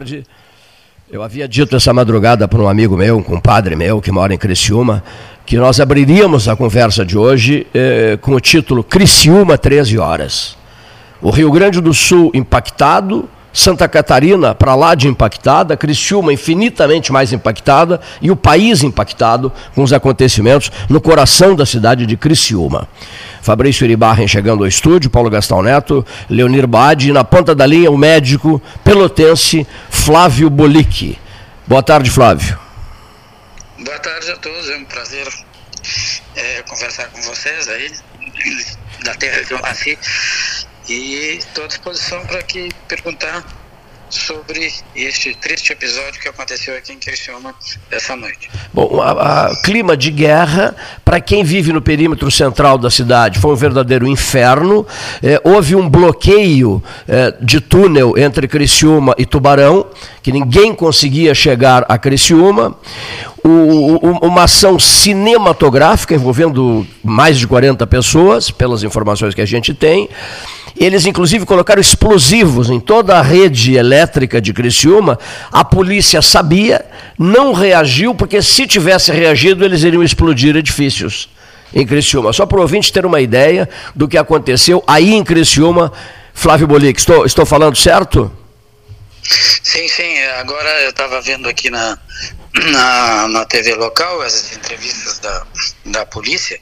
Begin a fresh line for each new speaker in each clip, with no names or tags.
tarde. Eu havia dito essa madrugada para um amigo meu, um compadre meu, que mora em Criciúma, que nós abriríamos a conversa de hoje com o título Criciúma, 13 horas. O Rio Grande do Sul impactado, Santa Catarina para lá de impactada, Criciúma infinitamente mais impactada e o país impactado com os acontecimentos no coração da cidade de Criciúma. Fabrício Iribarren chegando ao estúdio, Paulo Gastão Neto, Leonir Bade e na ponta da linha o médico pelotense Flávio Bolic. Boa tarde, Flávio.
Boa tarde a todos, é um prazer conversar com vocês aí, da terra que eu nasci, e estou à disposição para perguntar sobre este triste episódio que aconteceu aqui em Criciúma essa noite.
Bom, clima de guerra para quem vive no perímetro central da cidade foi um verdadeiro inferno. Houve um bloqueio de túnel entre Criciúma e Tubarão, que ninguém conseguia chegar a Criciúma. Uma ação cinematográfica envolvendo mais de 40 pessoas, pelas informações que a gente tem. Eles, inclusive, colocaram explosivos em toda a rede elétrica de Criciúma. A polícia sabia, não reagiu, porque se tivesse reagido, eles iriam explodir edifícios em Criciúma. Só para o ouvinte ter uma ideia do que aconteceu aí em Criciúma. Flávio Bolic, estou falando certo?
Sim. Agora eu estava vendo aqui na TV local as entrevistas da polícia,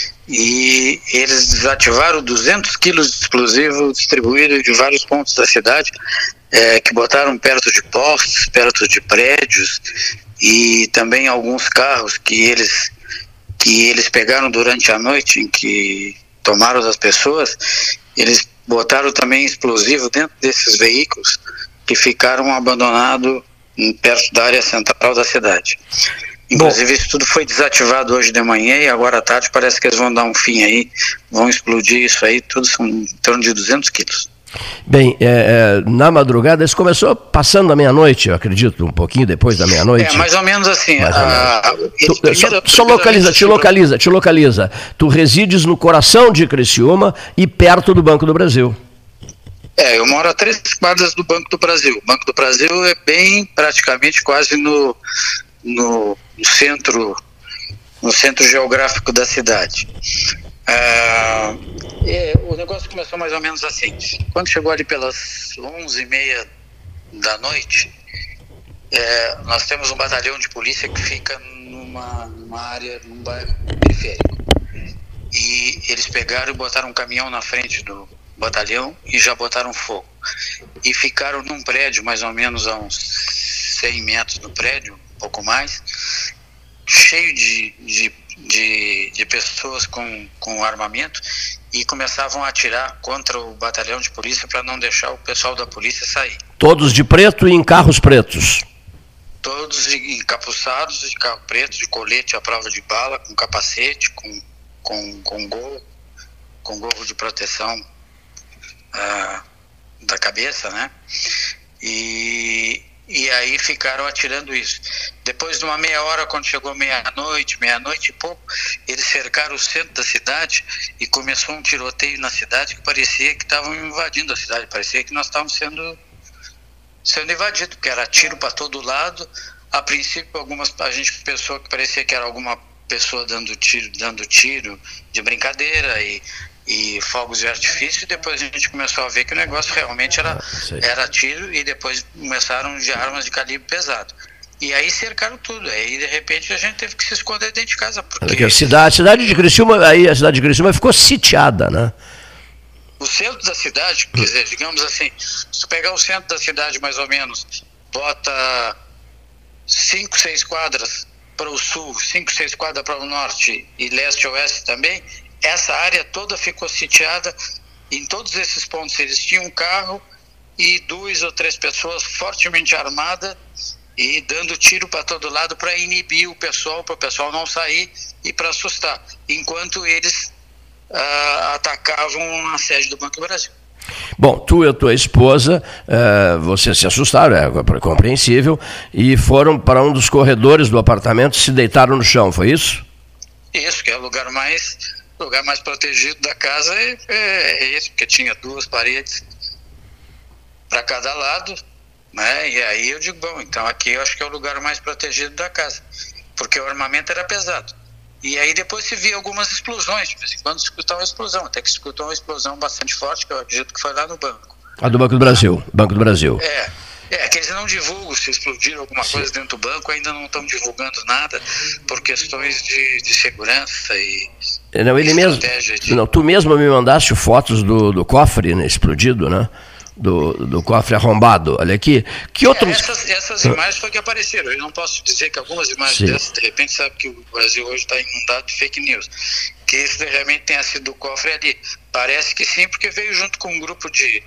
e eles desativaram 200 quilos de explosivo distribuído de vários pontos da cidade, que botaram perto de postes, perto de prédios, e também alguns carros que eles pegaram durante a noite, em que tomaram das pessoas. Eles botaram também explosivo dentro desses veículos que ficaram abandonados perto da área central da cidade. Inclusive, isso tudo foi desativado hoje de manhã, e agora à tarde parece que eles vão dar um fim aí, vão explodir isso aí, tudo são em torno de 200 quilos.
Bem, na madrugada, isso começou passando a meia-noite, eu acredito, um pouquinho depois da meia-noite.
Mais ou menos assim.
Te localiza. Tu resides no coração de Criciúma e perto do Banco do Brasil.
Eu moro a 3 quadras do Banco do Brasil. O Banco do Brasil é bem, praticamente quase no centro geográfico da cidade. O negócio começou mais ou menos assim. Quando chegou ali pelas 11h30 da noite, nós temos um batalhão de polícia que fica numa área, num bairro periférico. E eles pegaram e botaram um caminhão na frente do batalhão e já botaram fogo. E ficaram num prédio, mais ou menos a uns 100 metros do prédio, um pouco mais, cheio de pessoas com armamento, e começavam a atirar contra o batalhão de polícia para não deixar o pessoal da polícia sair. Todos de preto e em carros pretos? Todos encapuçados, de carro preto, de colete à prova de bala, com capacete, com gorro de proteção da cabeça, né? E aí ficaram atirando isso. Depois de uma meia hora, quando chegou meia-noite e pouco, eles cercaram o centro da cidade e começou um tiroteio na cidade que parecia que estavam invadindo a cidade, parecia que nós estávamos sendo invadidos, porque era tiro para todo lado. A princípio, a gente pensou que parecia que era alguma pessoa dando tiro de brincadeira e fogos de artifício, e depois a gente começou a ver que o negócio realmente era tiro, e depois começaram de armas de calibre pesado. E aí cercaram tudo, aí de repente a gente teve que se esconder dentro de casa. Porque a cidade de Criciúma ficou sitiada, né? O centro da cidade, quer dizer, digamos assim, se tu pegar o centro da cidade mais ou menos, bota 5, 6 quadras para o sul, 5, 6 quadras para o norte e leste e oeste também, essa área toda ficou sitiada. Em todos esses pontos eles tinham um carro e 2 ou 3 pessoas fortemente armadas e dando tiro para todo lado para inibir o pessoal, para o pessoal não sair e para assustar, enquanto eles atacavam a sede do Banco do Brasil. Bom, tu e a tua esposa, vocês se assustaram, é compreensível, e foram para um dos corredores do apartamento, se deitaram no chão, foi isso? Isso, que é o lugar mais protegido da casa, é esse, porque tinha 2 paredes para cada lado, né? E aí eu digo, bom, então aqui eu acho que é o lugar mais protegido da casa, porque o armamento era pesado. E aí depois se via algumas explosões, de vez em quando escutam uma explosão, até que escutou uma explosão bastante forte, que eu acredito que foi lá no banco.
A do Banco do Brasil, Banco do Brasil.
Que eles não divulgam se explodiram alguma coisa dentro do banco, ainda não estão divulgando nada por questões de segurança e
não, ele mesmo, não, tu mesmo me mandaste fotos do cofre, né, explodido, né? Do cofre arrombado. Olha aqui. Que outros...
essas imagens foi que apareceram. Eu não posso dizer que algumas imagens dessas, de repente, sabe que o Brasil hoje está inundado de fake news. Que isso realmente tenha sido o cofre ali. Parece que sim, porque veio junto com um grupo de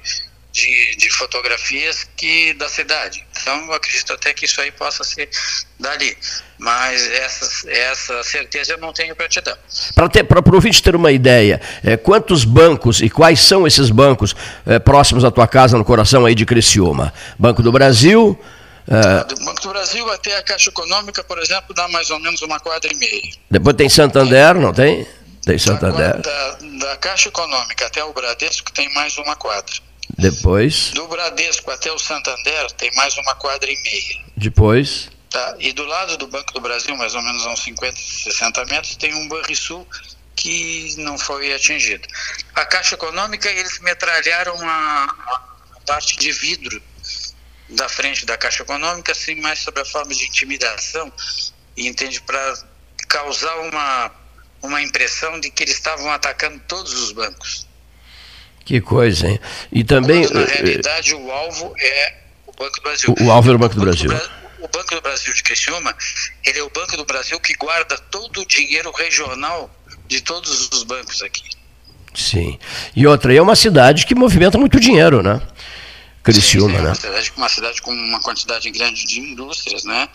fotografias da cidade. Então eu acredito até que isso aí possa ser dali. Mas essa certeza eu não tenho para te dar.
Para o ouvinte ter uma ideia, quantos bancos e quais são esses bancos próximos à tua casa, no coração aí de Criciúma? Banco do Brasil...
Do Banco do Brasil até a Caixa Econômica, por exemplo, dá mais ou menos 1,5 quadra.
Depois tem Santander, não tem? Tem Santander.
Da Caixa Econômica até o Bradesco tem mais 1 quadra.
Depois?
Do Bradesco até o Santander tem mais 1,5 quadra.
Depois?
Tá. E do lado do Banco do Brasil, mais ou menos a uns 50, 60 metros, tem um Banrisul que não foi atingido. A Caixa Econômica, eles metralharam a parte de vidro da frente da Caixa Econômica, assim, mais sob a forma de intimidação, e entende, para causar uma impressão de que eles estavam atacando todos os bancos.
Que coisa, hein? E também...
Quando, na realidade, o alvo é o Banco do Brasil.
O alvo é o Banco do Brasil.
O Banco do Brasil de Criciúma, ele é o Banco do Brasil que guarda todo o dinheiro regional de todos os bancos aqui.
Sim. E outra, é uma cidade que movimenta muito dinheiro, né? Criciúma, né?
Uma cidade com uma quantidade grande de indústrias, né?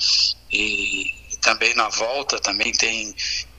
E também na volta também tem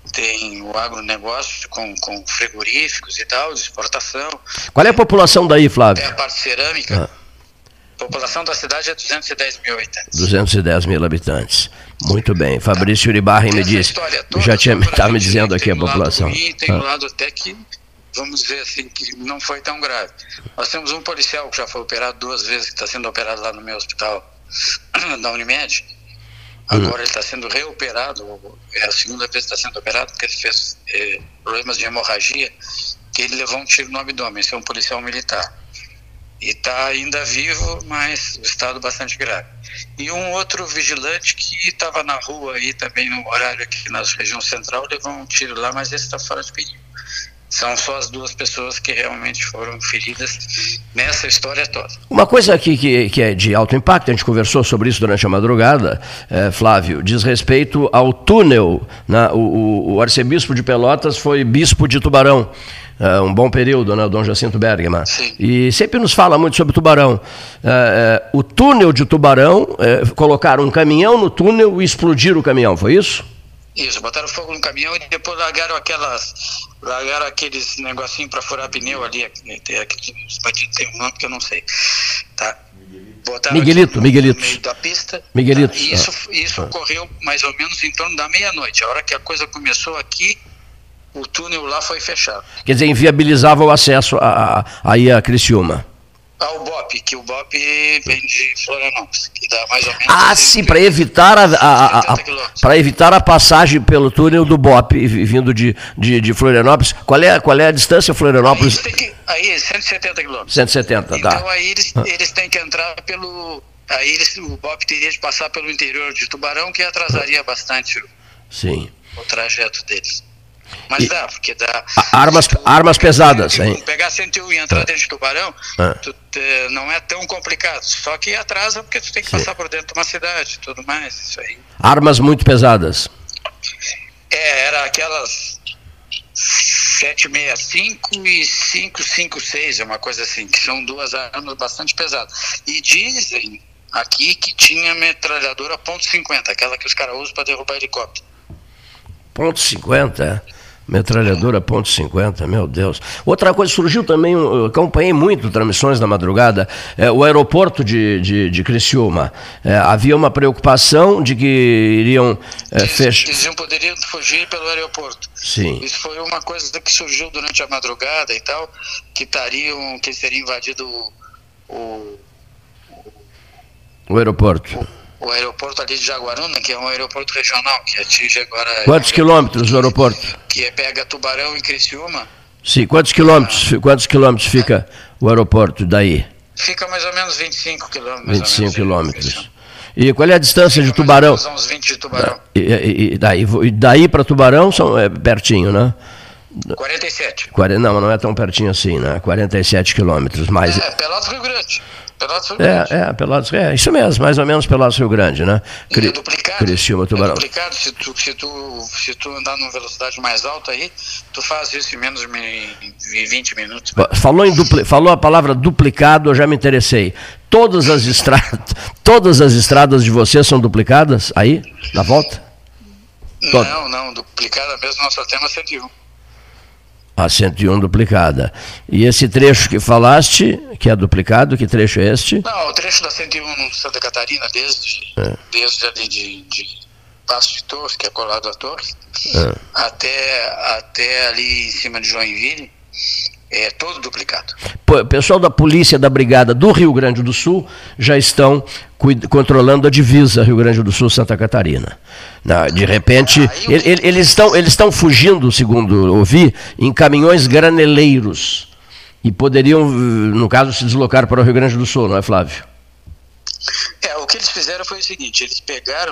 o agronegócio com frigoríficos e tal, de exportação.
Qual é a população daí, Flávio?
Tem a parte cerâmica. A população da cidade é 210 mil habitantes.
210 mil habitantes. Muito bem. Fabrício Uribarri me disse. Já estava me dizendo aqui a população.
Tem um lado até que, vamos dizer assim, que não foi tão grave. Nós temos um policial que já foi operado 2 vezes, que está sendo operado lá no meu hospital da Unimed. Agora ele está sendo reoperado, é a segunda vez que está sendo operado, porque ele fez problemas de hemorragia, que ele levou um tiro no abdômen. Esse é um policial militar. E está ainda vivo, mas o estado bastante grave. E um outro vigilante que estava na rua aí também no horário aqui na região central, levou um tiro lá, mas esse está fora de perigo. São só as 2 pessoas que realmente foram feridas nessa história toda.
Uma coisa aqui que é de alto impacto, a gente conversou sobre isso durante a madrugada, Flávio, diz respeito ao túnel. Né? O arcebispo de Pelotas foi bispo de Tubarão. Um bom período, né, o Dom Jacinto Bergman.
Sim.
E sempre nos fala muito sobre Tubarão. O túnel de Tubarão, colocaram um caminhão no túnel e explodiram o caminhão, foi isso?
Isso, botaram fogo no caminhão e depois largaram aqueles negocinhos para furar pneu ali. Tem um nome que eu não sei. Tá? Botaram
Miguelito.
no meio da pista.
Miguelito.
Tá? E isso ocorreu mais ou menos em torno da meia-noite. A hora que a coisa começou aqui, o túnel lá foi fechado.
Quer dizer, inviabilizava o acesso aí a Criciúma.
Ao BOP, que o BOP vem de Florianópolis, que dá mais ou menos...
Sim, para evitar para evitar a passagem pelo túnel do BOP vindo de Florianópolis. Qual é a distância Florianópolis?
Aí 170 quilômetros.
170,
então,
tá.
Então aí eles têm que entrar pelo... Aí o BOP teria de passar pelo interior de Tubarão, que atrasaria bastante o trajeto deles. Mas dá, porque dá...
Armas pesadas, hein?
Pegar 101 e entrar dentro de Tubarão, não é tão complicado. Só que atrasa porque tu tem que passar por dentro de uma cidade e tudo mais, isso aí.
Armas muito pesadas.
Era aquelas 765 e 556, é uma coisa assim, que são 2 armas bastante pesadas. E dizem aqui que tinha metralhadora .50, aquela que os caras usam para derrubar helicóptero.
.50, metralhadora .50, meu Deus. Outra coisa, surgiu também, eu acompanhei muito transmissões na madrugada, o aeroporto de Criciúma. Havia uma preocupação de que iriam fechar.
Eles poderiam fugir pelo aeroporto.
Sim.
Isso foi uma coisa que surgiu durante a madrugada e tal, que eles teriam invadido
O aeroporto.
O aeroporto ali de Jaguaruna, que é um aeroporto regional, que atinge agora...
Quantos quilômetros o aeroporto?
Que pega Tubarão e Criciúma.
Sim, quantos quilômetros fica o aeroporto daí?
Fica mais ou menos 25 quilômetros.
25 quilômetros. E qual é a distância de Tubarão?
Uns 20 de Tubarão.
E daí para Tubarão é pertinho, né?
47.
Não, não é tão pertinho assim, né? 47 quilômetros. Mais...
Pelotas Rio Grande.
Pelotas, isso mesmo, mais ou menos Pelotas Rio Grande, né?
É duplicado.
Criciúma, Tubarão.
É duplicado, se tu andar numa velocidade mais alta aí, tu faz isso em menos de 20 minutos.
Falou a palavra duplicado, eu já me interessei. Todas as estradas de vocês são duplicadas aí, na volta?
Não, duplicada mesmo, nós só temos 101.
A 101 duplicada. E esse trecho que falaste, que é duplicado, que trecho é este?
Não, o trecho da 101 no Santa Catarina, desde ali de Passo de Torres, que é colado à Torres, até ali em cima de Joinville, é todo duplicado.
O pessoal da polícia da Brigada do Rio Grande do Sul já estão controlando a divisa Rio Grande do Sul-Santa Catarina. De repente, eles estão fugindo, segundo ouvi, em caminhões graneleiros e poderiam, no caso, se deslocar para o Rio Grande do Sul, não é, Flávio?
O que eles fizeram foi o seguinte, eles pegaram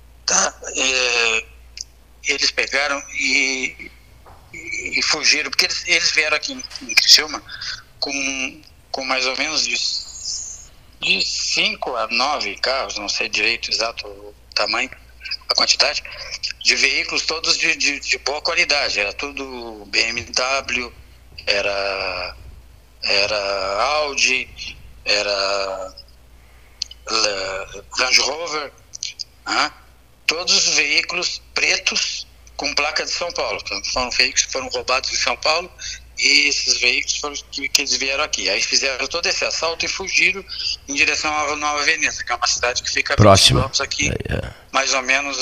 e fugiram, porque eles vieram aqui em Criciúma com mais ou menos de 5 a 9 carros, não sei direito exato o tamanho, a quantidade, de veículos todos de boa qualidade, era tudo BMW, era Audi, era Range Rover, todos os veículos pretos com placa de São Paulo. Foram veículos que foram roubados em São Paulo e esses veículos foram que eles vieram aqui. Aí fizeram todo esse assalto e fugiram em direção à Nova Veneza, que é uma cidade que fica
próxima
aqui, mais ou menos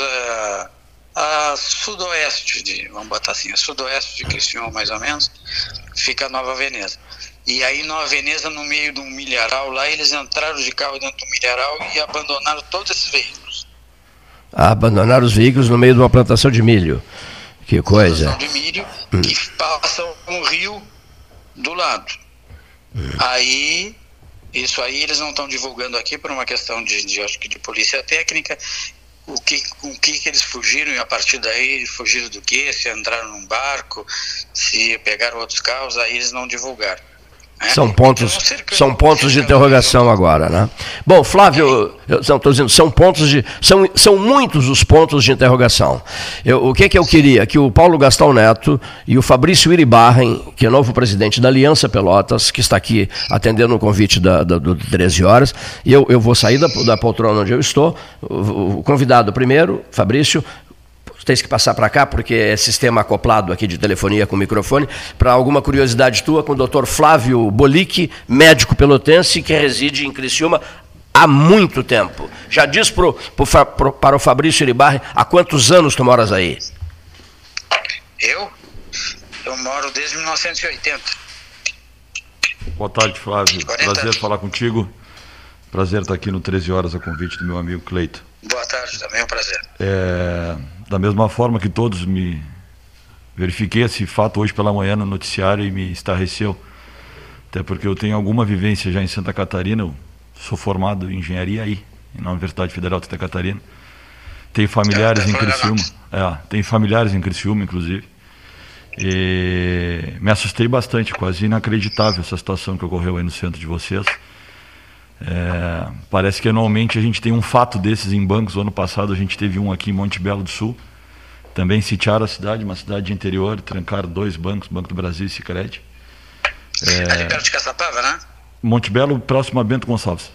a sudoeste vamos botar assim, a sudoeste de Criciúma, mais ou menos, fica a Nova Veneza. E aí Nova Veneza, no meio de um milharal lá, eles entraram de carro dentro do milharal e abandonaram todos esses veículos.
Abandonar os veículos no meio de uma plantação de milho. Que coisa.
Plantação de milho que passa um rio do lado. Aí, isso aí eles não estão divulgando aqui por uma questão acho que de polícia técnica, com que eles fugiram e a partir daí fugiram do quê? Se entraram num barco, se pegaram outros carros, aí eles não divulgaram.
São pontos de interrogação agora, né? Bom, Flávio, estou dizendo, são muitos os pontos de interrogação. O que eu queria? Que o Paulo Gastão Neto e o Fabrício Iribarren, que é novo presidente da Aliança Pelotas, que está aqui atendendo o convite do 13 horas, e eu vou sair da poltrona onde eu estou, o convidado primeiro, Fabrício, tens que passar para cá, porque é sistema acoplado aqui de telefonia com microfone, para alguma curiosidade tua, com o Dr. Flávio Bolic, médico pelotense, que reside em Criciúma há muito tempo. Já diz para o Fabrício Iribarren, há quantos anos tu moras aí?
Eu moro desde 1980.
Boa tarde, Flávio. Prazer falar contigo. Prazer estar aqui no 13 horas a convite do meu amigo Cleito.
Boa tarde, também é um prazer.
Da mesma forma que todos verifiquei esse fato hoje pela manhã no noticiário e me estarreceu, até porque eu tenho alguma vivência já em Santa Catarina, eu sou formado em engenharia aí, na Universidade Federal de Santa Catarina, tenho familiares em Criciúma, tenho familiares em Criciúma, inclusive, e me assustei bastante, quase inacreditável essa situação que ocorreu aí no centro de vocês. Parece que anualmente a gente tem um fato desses em bancos. O ano passado a gente teve um aqui em Monte Belo do Sul, também sitiaram a cidade, uma cidade de interior, trancaram 2 bancos, Banco do Brasil e Sicredi.
Ali perto de Caçapava, né?
Monte Belo, próximo a Bento Gonçalves.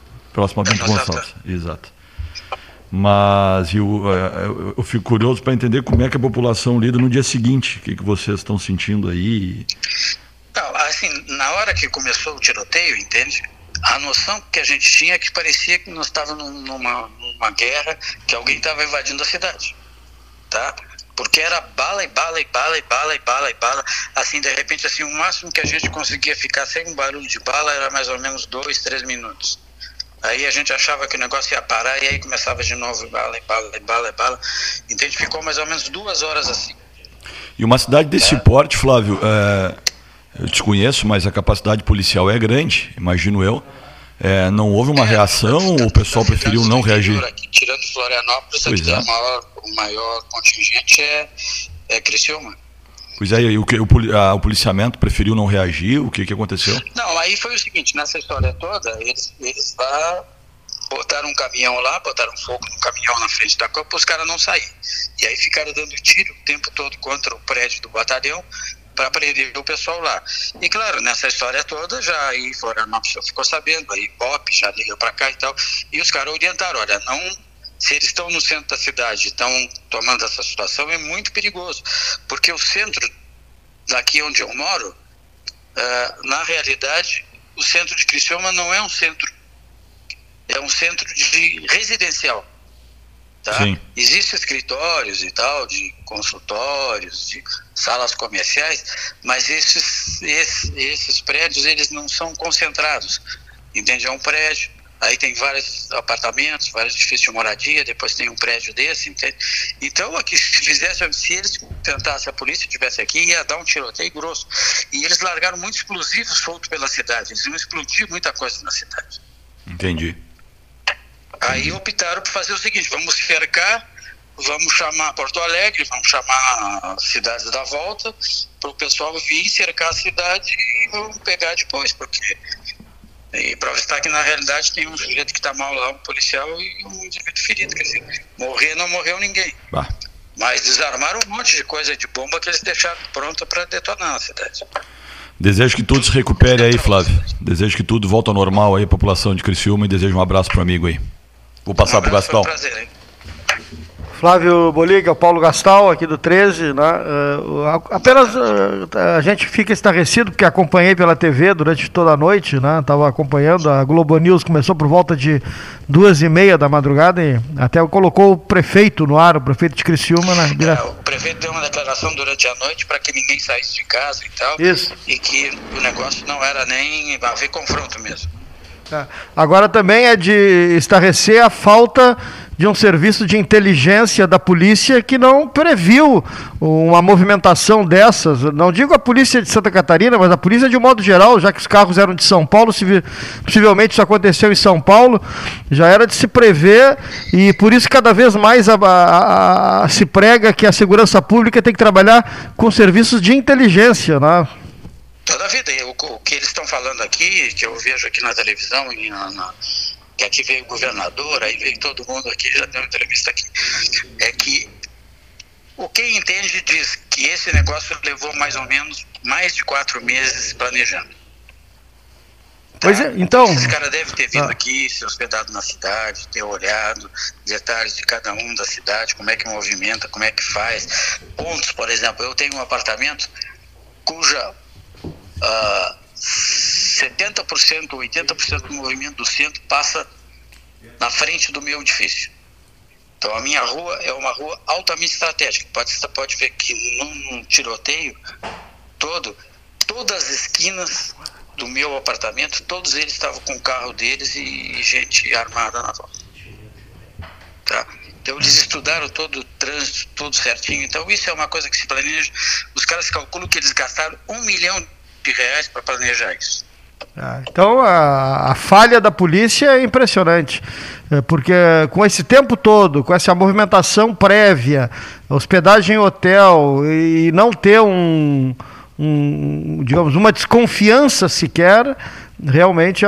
Exato. Mas eu fico curioso para entender como é que a população lida no dia seguinte, o que vocês estão sentindo aí.
Não, assim, na hora que começou o tiroteio, entende? A noção que a gente tinha é que parecia que nós estávamos numa guerra, que alguém estava invadindo a cidade, tá? Porque era bala e bala e bala e bala e bala e bala, assim, de repente, assim, o máximo que a gente conseguia ficar sem um barulho de bala era mais ou menos 2, 3 minutos, Aí a gente achava que o negócio ia parar e aí começava de novo, bala. Então a gente ficou mais ou menos 2 horas assim.
E uma cidade desse porte, Flávio, eu desconheço, mas a capacidade policial é grande, imagino eu. Não houve uma reação ou o pessoal preferiu não reagir?
Aqui, tirando Florianópolis, aqui o maior contingente é Criciúma.
Pois é, e o policiamento preferiu não reagir? O que aconteceu?
Não, aí foi o seguinte, nessa história toda, eles lá botaram um caminhão lá, botaram fogo no caminhão na frente da Copa, os caras não saíram. E aí ficaram dando tiro o tempo todo contra o prédio do batalhão para prender o pessoal lá. E claro, nessa história toda, já aí Florianópolis ficou sabendo, aí Ibope já liga para cá e tal, e os caras orientaram, olha, não, se eles estão no centro da cidade, estão tomando essa situação, é muito perigoso, porque o centro daqui onde eu moro, na realidade, o centro de Criciúma não é um centro, é um centro de residencial. Tá? Existem escritórios e tal, de consultórios, de salas comerciais, mas esses prédios, eles não são concentrados, entende? É um prédio, aí tem vários apartamentos, vários edifícios de moradia, depois tem um prédio desse, entende? Então, aqui, se eles tentassem, a polícia estivesse aqui, ia dar um tiroteio grosso. E eles largaram muito explosivo solto pela cidade, eles iam explodir muita coisa na cidade.
Entendi.
Aí optaram por fazer o seguinte, vamos cercar, vamos chamar Porto Alegre, vamos chamar as cidades da volta, para o pessoal vir cercar a cidade e vamos pegar depois, porque... E prova está que na realidade tem um sujeito que está mal lá, um policial e um indivíduo ferido, quer dizer, morrer não morreu ninguém. Mas desarmaram um monte de coisa de bomba que eles deixaram pronta para detonar na cidade.
Desejo que tudo se recupere aí, Flávio. Desejo que tudo volte ao normal aí, a população de Criciúma, e desejo um abraço para o amigo aí. Vou passar para o Gastão.
Foi um prazer, hein?
Flávio Boliga, o Paulo Gastal, aqui do 13, né? Apenas a gente fica estarrecido, porque acompanhei pela TV durante toda a noite, né? Estava acompanhando, a Globo News começou por volta de 2h30 da madrugada e até colocou o prefeito no ar, o prefeito de Criciúma. Né?
O prefeito deu uma declaração durante a noite para que ninguém saísse de casa e tal.
Isso.
E que o negócio não era nem haver confronto mesmo.
Agora também é de estarrecer a falta de um serviço de inteligência da polícia que não previu uma movimentação dessas. Não digo a polícia de Santa Catarina, mas a polícia de um modo geral, já que os carros eram de São Paulo, possivelmente isso aconteceu em São Paulo, já era de se prever, e por isso cada vez mais se prega que a segurança pública tem que trabalhar com serviços de inteligência, né?
Toda a vida. O que eles estão falando aqui, que eu vejo aqui na televisão, que aqui veio o governador, aí veio todo mundo aqui, já deu uma entrevista aqui, é que quem entende diz que esse negócio levou mais ou menos mais de 4 meses planejando. Tá?
Pois é, então...
Esses caras devem ter vindo aqui, se hospedado na cidade, ter olhado detalhes de cada um da cidade, como é que movimenta, como é que faz. Pontos, por exemplo, eu tenho um apartamento cuja 70%, 80% do movimento do centro passa na frente do meu edifício. Então a minha rua é uma rua altamente estratégica. Você pode ver que num tiroteio todas as esquinas do meu apartamento, todos eles estavam com o carro deles e gente armada na volta. Tá? Então eles estudaram todo o trânsito, tudo certinho. Então isso é uma coisa que se planeja. Os caras calculam que eles gastaram R$1 milhão para planejar isso.
Então a falha da polícia é impressionante, porque com esse tempo todo, com essa movimentação prévia, hospedagem em hotel, e não ter digamos, uma desconfiança sequer, realmente é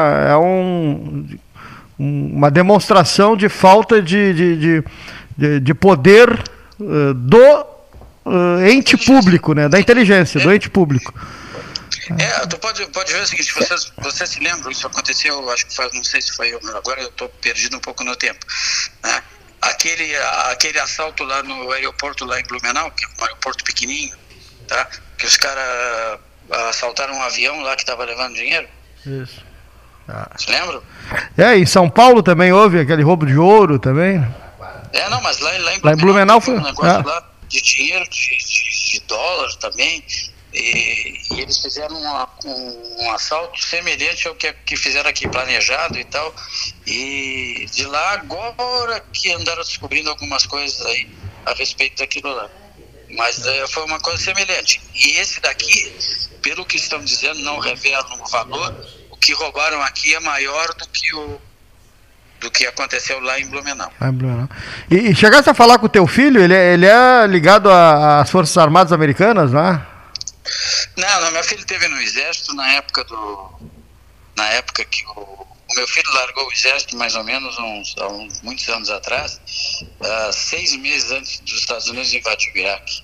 uma demonstração de falta de poder do ente público, né? Da inteligência, do ente público.
Tu pode ver o seguinte, você se lembra, isso aconteceu, acho que não sei se foi eu, agora eu estou perdido um pouco no tempo, né? Aquele assalto lá no aeroporto lá em Blumenau, que é um aeroporto pequenininho, tá? Que os caras assaltaram um avião lá que estava levando dinheiro.
Isso.
Se lembra?
Em São Paulo também houve aquele roubo de ouro também.
Não, mas lá em
Blumenau
foi um negócio lá de dinheiro, de dólar também. E eles fizeram um assalto semelhante ao que fizeram aqui, planejado e tal. E de lá agora que andaram descobrindo algumas coisas aí a respeito daquilo lá. Mas foi uma coisa semelhante. E esse daqui, pelo que estão dizendo, não revelam o valor. O que roubaram aqui é maior do que aconteceu lá em Blumenau.
E chegaste a falar com o teu filho? Ele é ligado às Forças Armadas Americanas, né?
Não, meu filho esteve no Exército na época que o meu filho largou o Exército mais ou menos muitos anos atrás, 6 meses antes dos Estados Unidos invadir o Iraque.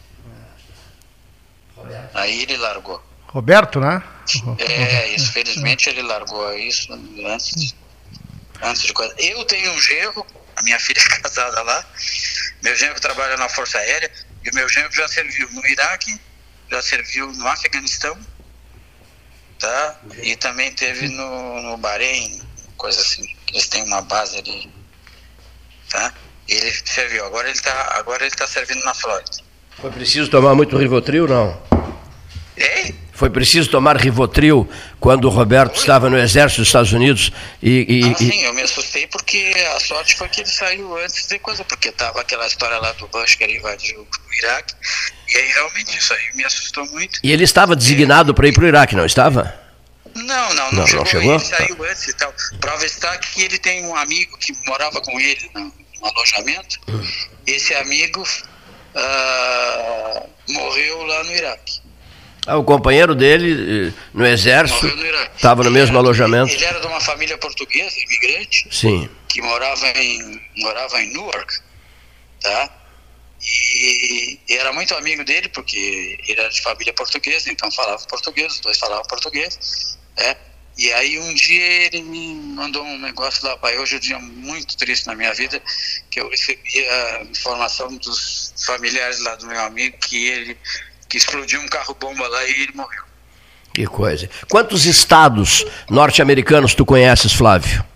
Aí ele largou.
Roberto, né?
Isso, felizmente ele largou isso antes de coisa. Eu tenho um genro, a minha filha é casada lá, meu genro trabalha na Força Aérea, e o meu genro já serviu no Iraque, já serviu no Afeganistão, tá? E também teve no Bahrein, coisa assim, eles têm uma base ali, tá? Ele serviu, agora ele tá servindo na Flórida.
Foi preciso tomar muito Rivotril, não?
Ei?
Foi preciso tomar Rivotril quando o Roberto estava no Exército dos Estados Unidos
Sim, eu me assustei porque a sorte foi que ele saiu antes de coisa, porque tava aquela história lá do Bush que ele invadiu o Iraque, e aí realmente isso aí me assustou muito.
E ele estava designado para ir para o Iraque, não estava?
Não chegou. Ele saiu antes e tal. Prova está que ele tem um amigo que morava com ele no alojamento. Esse amigo morreu lá no Iraque.
O companheiro dele, no Exército, estava no mesmo alojamento.
Ele era de uma família portuguesa, imigrante,
sim,
que morava em Newark, tá? E era muito amigo dele, porque ele era de família portuguesa, então falava português, os dois falavam português, E aí um dia ele me mandou um negócio lá, pai, hoje é um dia muito triste na minha vida, que eu recebi a informação dos familiares lá do meu amigo que explodiu um carro-bomba lá e ele morreu.
Que coisa. Quantos estados norte-americanos tu conheces, Flávio?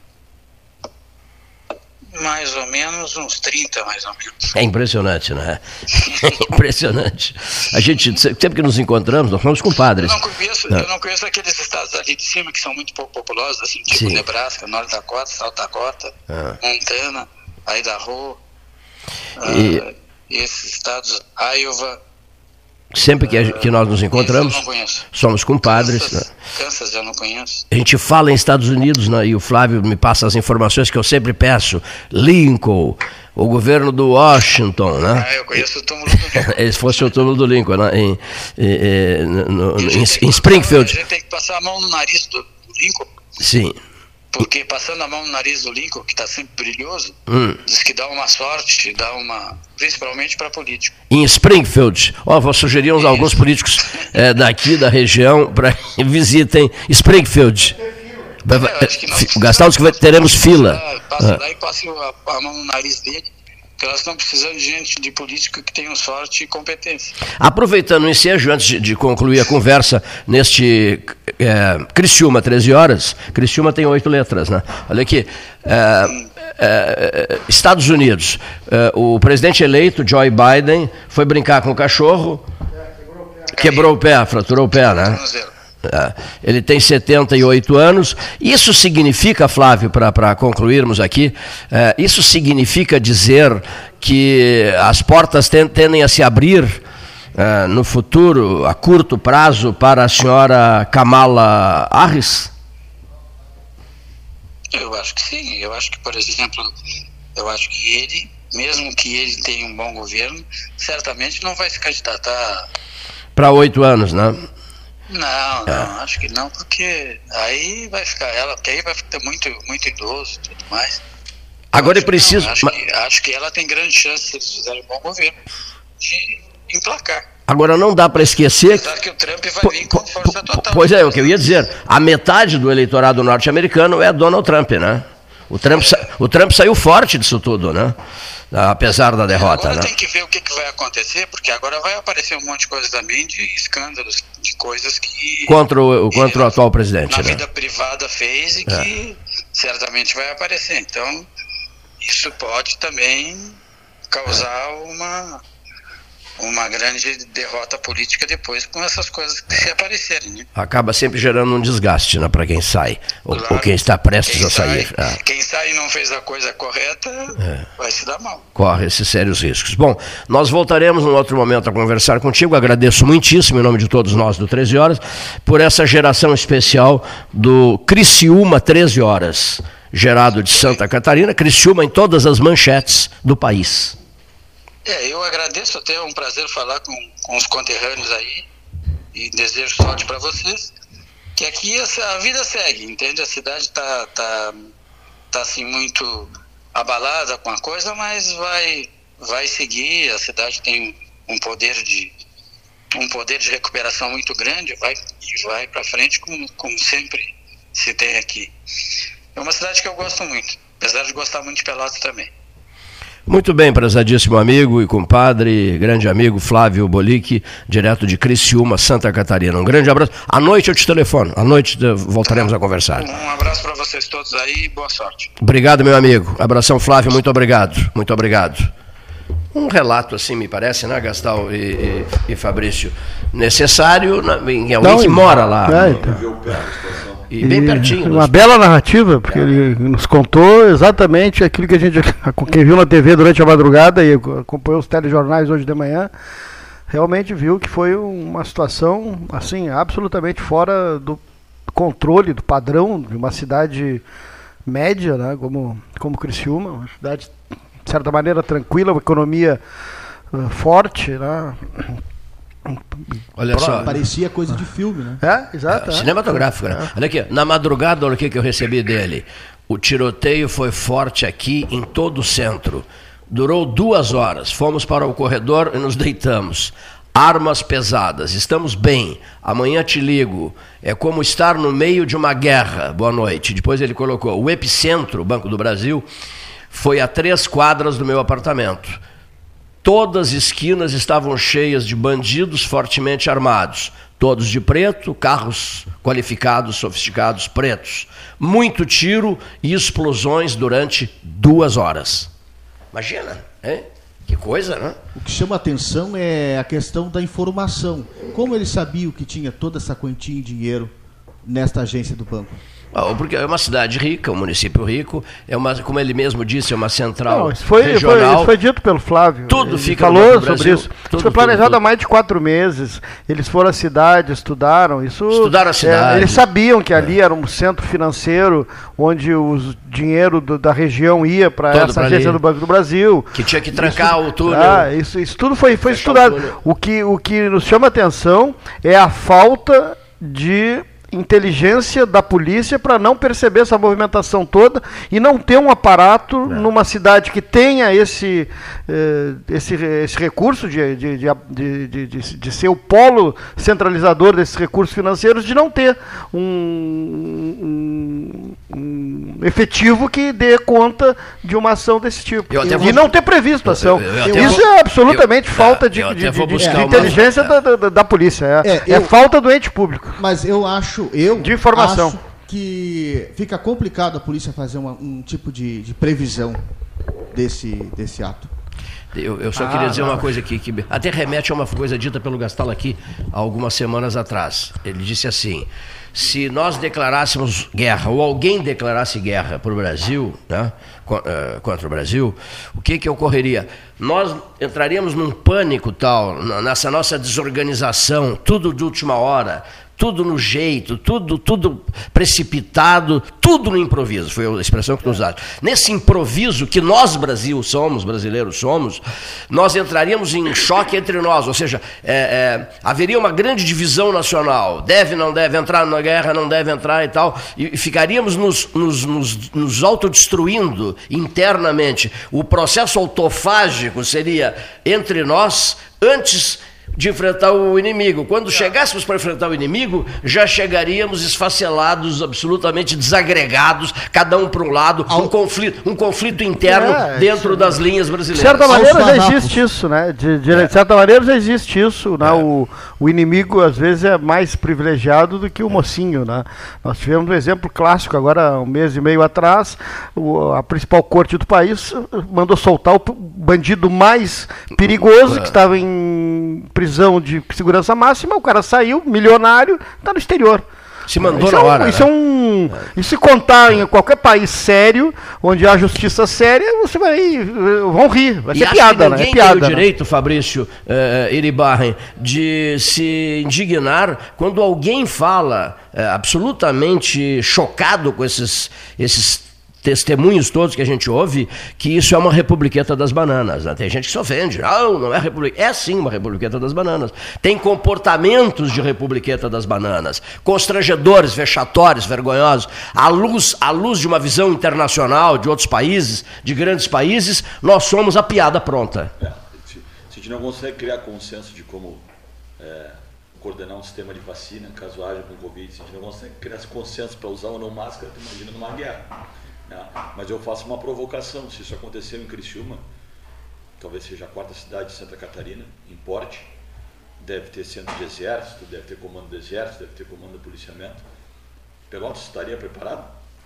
Mais ou menos uns 30, mais ou menos.
É impressionante, não é? Impressionante. A gente, sempre que nos encontramos, nós somos compadres.
Eu não conheço aqueles estados ali de cima que são muito pouco populosos, assim, tipo sim, Nebraska, North Dakota, South Dakota, Montana, Idaho, esses estados, Iowa.
Sempre que nós nos encontramos, somos compadres.
Kansas eu não conheço.
A gente fala em Estados Unidos, né, e o Flávio me passa as informações que eu sempre peço. Lincoln, o governo do Washington, né?
Eu conheço o túmulo do Lincoln.
Esse fosse o túmulo do Lincoln, né? Em Springfield.
A gente tem que passar a mão no nariz do Lincoln.
Sim.
Porque passando a mão no nariz do Lincoln, que está sempre brilhoso, diz que dá uma sorte, principalmente para político. Em
Springfield, vou sugerir alguns políticos daqui da região para que visitem Springfield. Gastamos que teremos fila.
Passa lá e passe a mão no nariz dele. Porque elas estão precisando de gente, de político que tenham sorte e competência.
Aproveitando o ensejo, antes de concluir a conversa neste Criciúma, 13 horas, Criciúma tem 8 letras, né? Olha aqui, Estados Unidos, o presidente eleito, Joe Biden, foi brincar com o cachorro, quebrou o pé, fraturou o pé, né? Ele tem 78 anos. Isso significa, Flávio, para concluirmos aqui, isso significa dizer que as portas tendem a se abrir no futuro, a curto prazo, para a senhora Kamala Harris?
Eu acho que sim. Eu acho que, por exemplo, ele, mesmo que ele tenha um bom governo, certamente não vai se candidatar
para 8 anos, né?
Não, acho que não, porque aí vai ficar muito, muito idoso e tudo mais.
Agora é preciso.
Acho que ela tem grande chance, se eles fizerem um bom governo, de emplacar.
Agora não dá para esquecer
que o Trump vai vir com força total.
Pois é, o que eu ia dizer, a metade do eleitorado norte-americano é Donald Trump, né? O Trump saiu forte disso tudo, né? Apesar da derrota.
Agora
né?
Tem que ver o que vai acontecer, porque agora vai aparecer um monte de coisa também, de escândalos, de coisas que...
Contra o atual presidente.
Na vida privada fez e que certamente vai aparecer. Então, isso pode também causar uma grande derrota política depois com essas coisas que se aparecerem. Né?
Acaba sempre gerando um desgaste, né, para quem sai, claro, ou quem está prestes a sair.
Quem sai e não fez a coisa correta vai se dar mal.
Corre esses sérios riscos. Bom, nós voltaremos num outro momento a conversar contigo. Agradeço muitíssimo, em nome de todos nós do 13 Horas, por essa geração especial do Criciúma 13 Horas, gerado de Santa Catarina, Criciúma em todas as manchetes do país.
Eu agradeço, até é um prazer falar com os conterrâneos aí e desejo sorte para vocês, que aqui a vida segue, entende? A cidade tá assim muito abalada com a coisa, mas vai seguir, a cidade tem um poder de recuperação muito grande, vai para frente como sempre se tem aqui. É uma cidade que eu gosto muito, apesar de gostar muito de Pelotas também.
Muito bem, prezadíssimo amigo e compadre, grande amigo Flávio Bolic, direto de Criciúma, Santa Catarina. Um grande abraço. À noite eu te telefono, à noite voltaremos a conversar.
Um abraço para vocês todos aí e boa sorte.
Obrigado, meu amigo. Abração, Flávio, muito obrigado. Muito obrigado. Um relato assim, me parece, né, Gastal e Fabrício? Necessário em alguém que mora lá. E bem pertinho.
Uma bela narrativa, porque ele nos contou exatamente aquilo que quem viu na TV durante a madrugada e acompanhou os telejornais hoje de manhã, realmente viu que foi uma situação assim, absolutamente fora do controle, do padrão de uma cidade média, né, como Criciúma, uma cidade, de certa maneira, tranquila, uma economia forte, né?
Olha só.
Parecia coisa de filme, né?
Exato.
Cinematográfico, né? Olha aqui, na madrugada, olha o que eu recebi dele. O tiroteio foi forte aqui em todo o centro. Durou 2 horas. Fomos para o corredor e nos deitamos. Armas pesadas. Estamos bem. Amanhã te ligo. É como estar no meio de uma guerra. Boa noite. Depois ele colocou: o epicentro, Banco do Brasil, foi a 3 quadras do meu apartamento. Todas as esquinas estavam cheias de bandidos fortemente armados, todos de preto, carros qualificados, sofisticados, pretos. Muito tiro e explosões durante 2 horas. Imagina, hein? Que coisa, né?
O que chama a atenção é a questão da informação. Como ele sabia que tinha toda essa quantia em dinheiro nesta agência do banco?
Porque é uma cidade rica, um município rico, como ele mesmo disse, é uma central regional.
Isso foi dito pelo Flávio.
Tudo
ele
fica
falou
no Brasil,
sobre isso. Isso foi planejado há mais de 4 meses. Eles foram à cidade, estudaram.
Estudaram a cidade.
Eles sabiam que ali era um centro financeiro onde o dinheiro da região ia para essa agência do Banco do Brasil.
Que tinha que trancar o túnel.
Isso tudo foi estudado. O que nos chama a atenção é a falta de inteligência da polícia para não perceber essa movimentação toda e não ter um aparato numa cidade que tenha esse recurso de ser o polo centralizador desses recursos financeiros, de não ter um efetivo que dê conta de uma ação desse tipo. E não ter previsto a ação. Isso é absolutamente falta de inteligência da polícia. É falta do ente público.
Mas eu acho
de informação.
Acho que fica complicado a polícia fazer um tipo de previsão desse ato.
Eu só queria dizer uma coisa aqui, que até remete a uma coisa dita pelo Gastal aqui há algumas semanas atrás. Ele disse assim: se nós declarássemos guerra, ou alguém declarasse guerra para o Brasil, né, contra o Brasil, o que ocorreria? Nós entraríamos num pânico tal, nessa nossa desorganização, tudo de última hora, tudo no jeito, tudo precipitado, tudo no improviso, foi a expressão que tu usaste. Nesse improviso que nós, brasileiros somos, nós entraríamos em choque entre nós, ou seja, haveria uma grande divisão nacional, deve, não deve entrar na guerra, não deve entrar e tal, e ficaríamos nos autodestruindo internamente. O processo autofágico seria entre nós, antes de enfrentar o inimigo. Quando chegássemos para enfrentar o inimigo, já chegaríamos esfacelados, absolutamente desagregados, cada um para um lado, um conflito interno dentro das linhas brasileiras.
De certa maneira já existe isso, né? De certa maneira já existe isso, né? O inimigo às vezes é mais privilegiado do que o mocinho, né? Nós tivemos um exemplo clássico agora, um mês e meio atrás, a principal corte do país mandou soltar o bandido mais perigoso, que estava em prisão de segurança máxima, o cara saiu, milionário, está no exterior.
Se mandou na hora.
E se contar em qualquer país sério, onde há justiça séria, vão rir, vai ser piada, né?
Ninguém tem o direito, Fabrício Iribarren, de se indignar quando alguém fala absolutamente chocado com esses testemunhos todos que a gente ouve, que isso é uma republiqueta das bananas, né? Tem gente que se ofende, não é republiqueta. É sim uma republiqueta das bananas. Tem comportamentos de republiqueta das bananas, constrangedores, vexatórios, vergonhosos. À luz de uma visão internacional de outros países, de grandes países, nós somos a piada pronta.
Se a gente não consegue criar consenso de como coordenar um sistema de vacina, caso haja com Covid, se a gente não consegue criar esse consenso para usar ou não máscara, tu imagina numa guerra. Mas eu faço uma provocação. Se isso aconteceu em Criciúma, talvez seja a quarta cidade de Santa Catarina, em porte, deve ter centro de exército, deve ter comando do exército, deve ter comando do policiamento. Pelotas estaria preparado?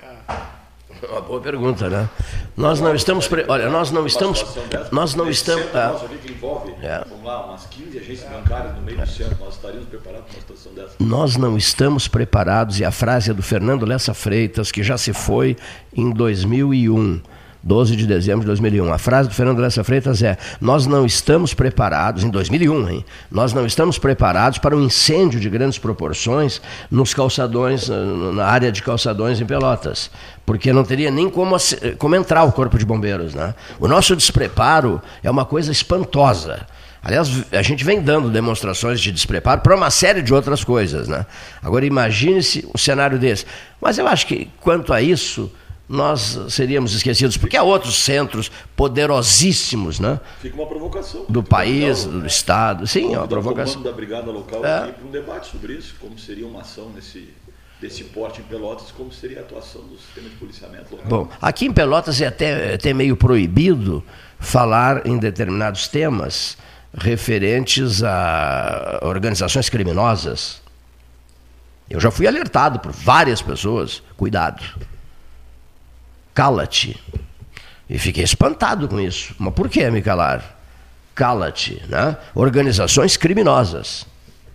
Uma boa pergunta, né? Nós não estamos... Olha, nós não estamos... Nós não estamos...
que envolve, vamos lá, umas 15 agências bancárias no meio do centro, nós estaríamos preparados para uma situação dessa?
Nós não estamos preparados, e a frase é do Fernando Lessa Freitas, que já se foi em 2001, 12 de dezembro de 2001. A frase do Fernando Lessa Freitas é: nós não estamos preparados, em 2001, hein? Nós não estamos preparados para um incêndio de grandes proporções nos calçadões, na área de calçadões em Pelotas, porque não teria nem como entrar o Corpo de Bombeiros, né? O nosso despreparo é uma coisa espantosa. Aliás, a gente vem dando demonstrações de despreparo para uma série de outras coisas, né? Agora, imagine-se um cenário desse. Mas eu acho que, quanto a isso, nós seríamos esquecidos, porque há outros centros poderosíssimos, né?
Fica uma provocação.
Do país, do Estado. Sim, é uma provocação.
O comando da brigada local aqui para um debate sobre isso, como seria uma ação desse porte em Pelotas, como seria a atuação do sistema de policiamento local.
Bom, aqui em Pelotas é até meio proibido falar em determinados temas referentes a organizações criminosas. Eu já fui alertado por várias pessoas: cuidado, cala-te. E fiquei espantado com isso. Mas por que me calar? Cala-te, né? Organizações criminosas.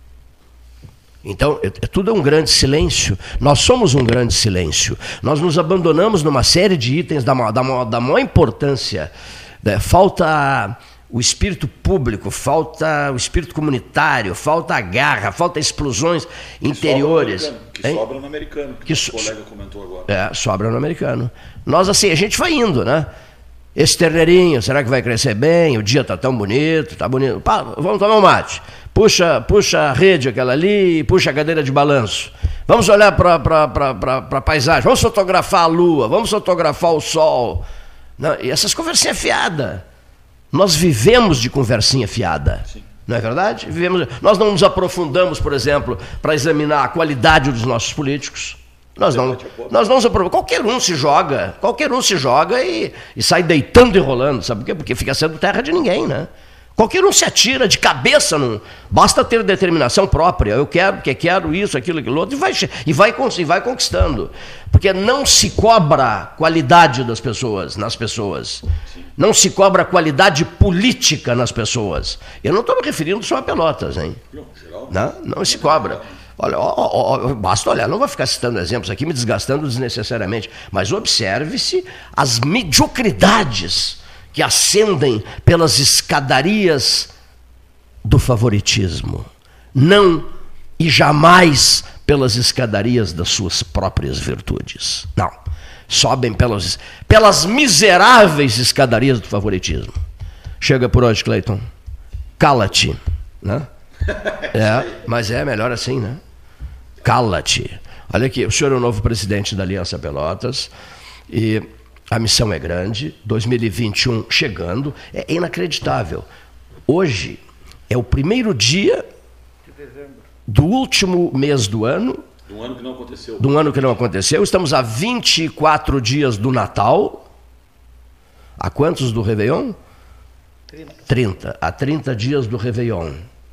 Então, tudo é um grande silêncio. Nós somos um grande silêncio. Nós nos abandonamos numa série de itens da maior importância. Falta o espírito público, falta o espírito comunitário, falta a garra, falta explosões interiores.
Sobra no americano, que o colega comentou agora.
Sobra no americano. Nós, assim, a gente vai indo, né? Esse terneirinho, será que vai crescer bem? O dia está tão bonito, tá bonito. Pá, vamos tomar um mate. Puxa a rede aquela ali, puxa a cadeira de balanço. Vamos olhar para a paisagem, vamos fotografar a lua, vamos fotografar o sol. Não, e essas conversinhas fiadas. Nós vivemos de conversinha fiada. Sim. Não é verdade? Nós não nos aprofundamos, por exemplo, para examinar a qualidade dos nossos políticos. Nós não nos aprofundamos. Qualquer um se joga e sai deitando e rolando. Sabe por quê? Porque fica sendo terra de ninguém, né? Qualquer um se atira de cabeça, basta ter determinação própria. Eu quero, porque quero isso, aquilo, outro, e vai conquistando. Porque não se cobra qualidade das pessoas, nas pessoas. Não se cobra qualidade política nas pessoas. Eu não estou me referindo só a Pelotas, hein? Não se cobra. Olha, basta olhar, não vou ficar citando exemplos aqui, me desgastando desnecessariamente, mas observe-se as mediocridades que ascendem pelas escadarias do favoritismo, não e jamais pelas escadarias das suas próprias virtudes. Não, sobem pelas miseráveis escadarias do favoritismo. Chega por hoje, Cleiton. Cala-te, né? Mas é melhor assim, né? Cala-te. Olha aqui, o senhor é o novo presidente da Aliança Pelotas e a missão é grande, 2021 chegando, é inacreditável. Hoje, É o primeiro dia do último mês do ano.
De um ano que não aconteceu.
De um ano que não aconteceu. Estamos a 24 dias do Natal. A quantos do Réveillon? 30. A 30 dias do Réveillon.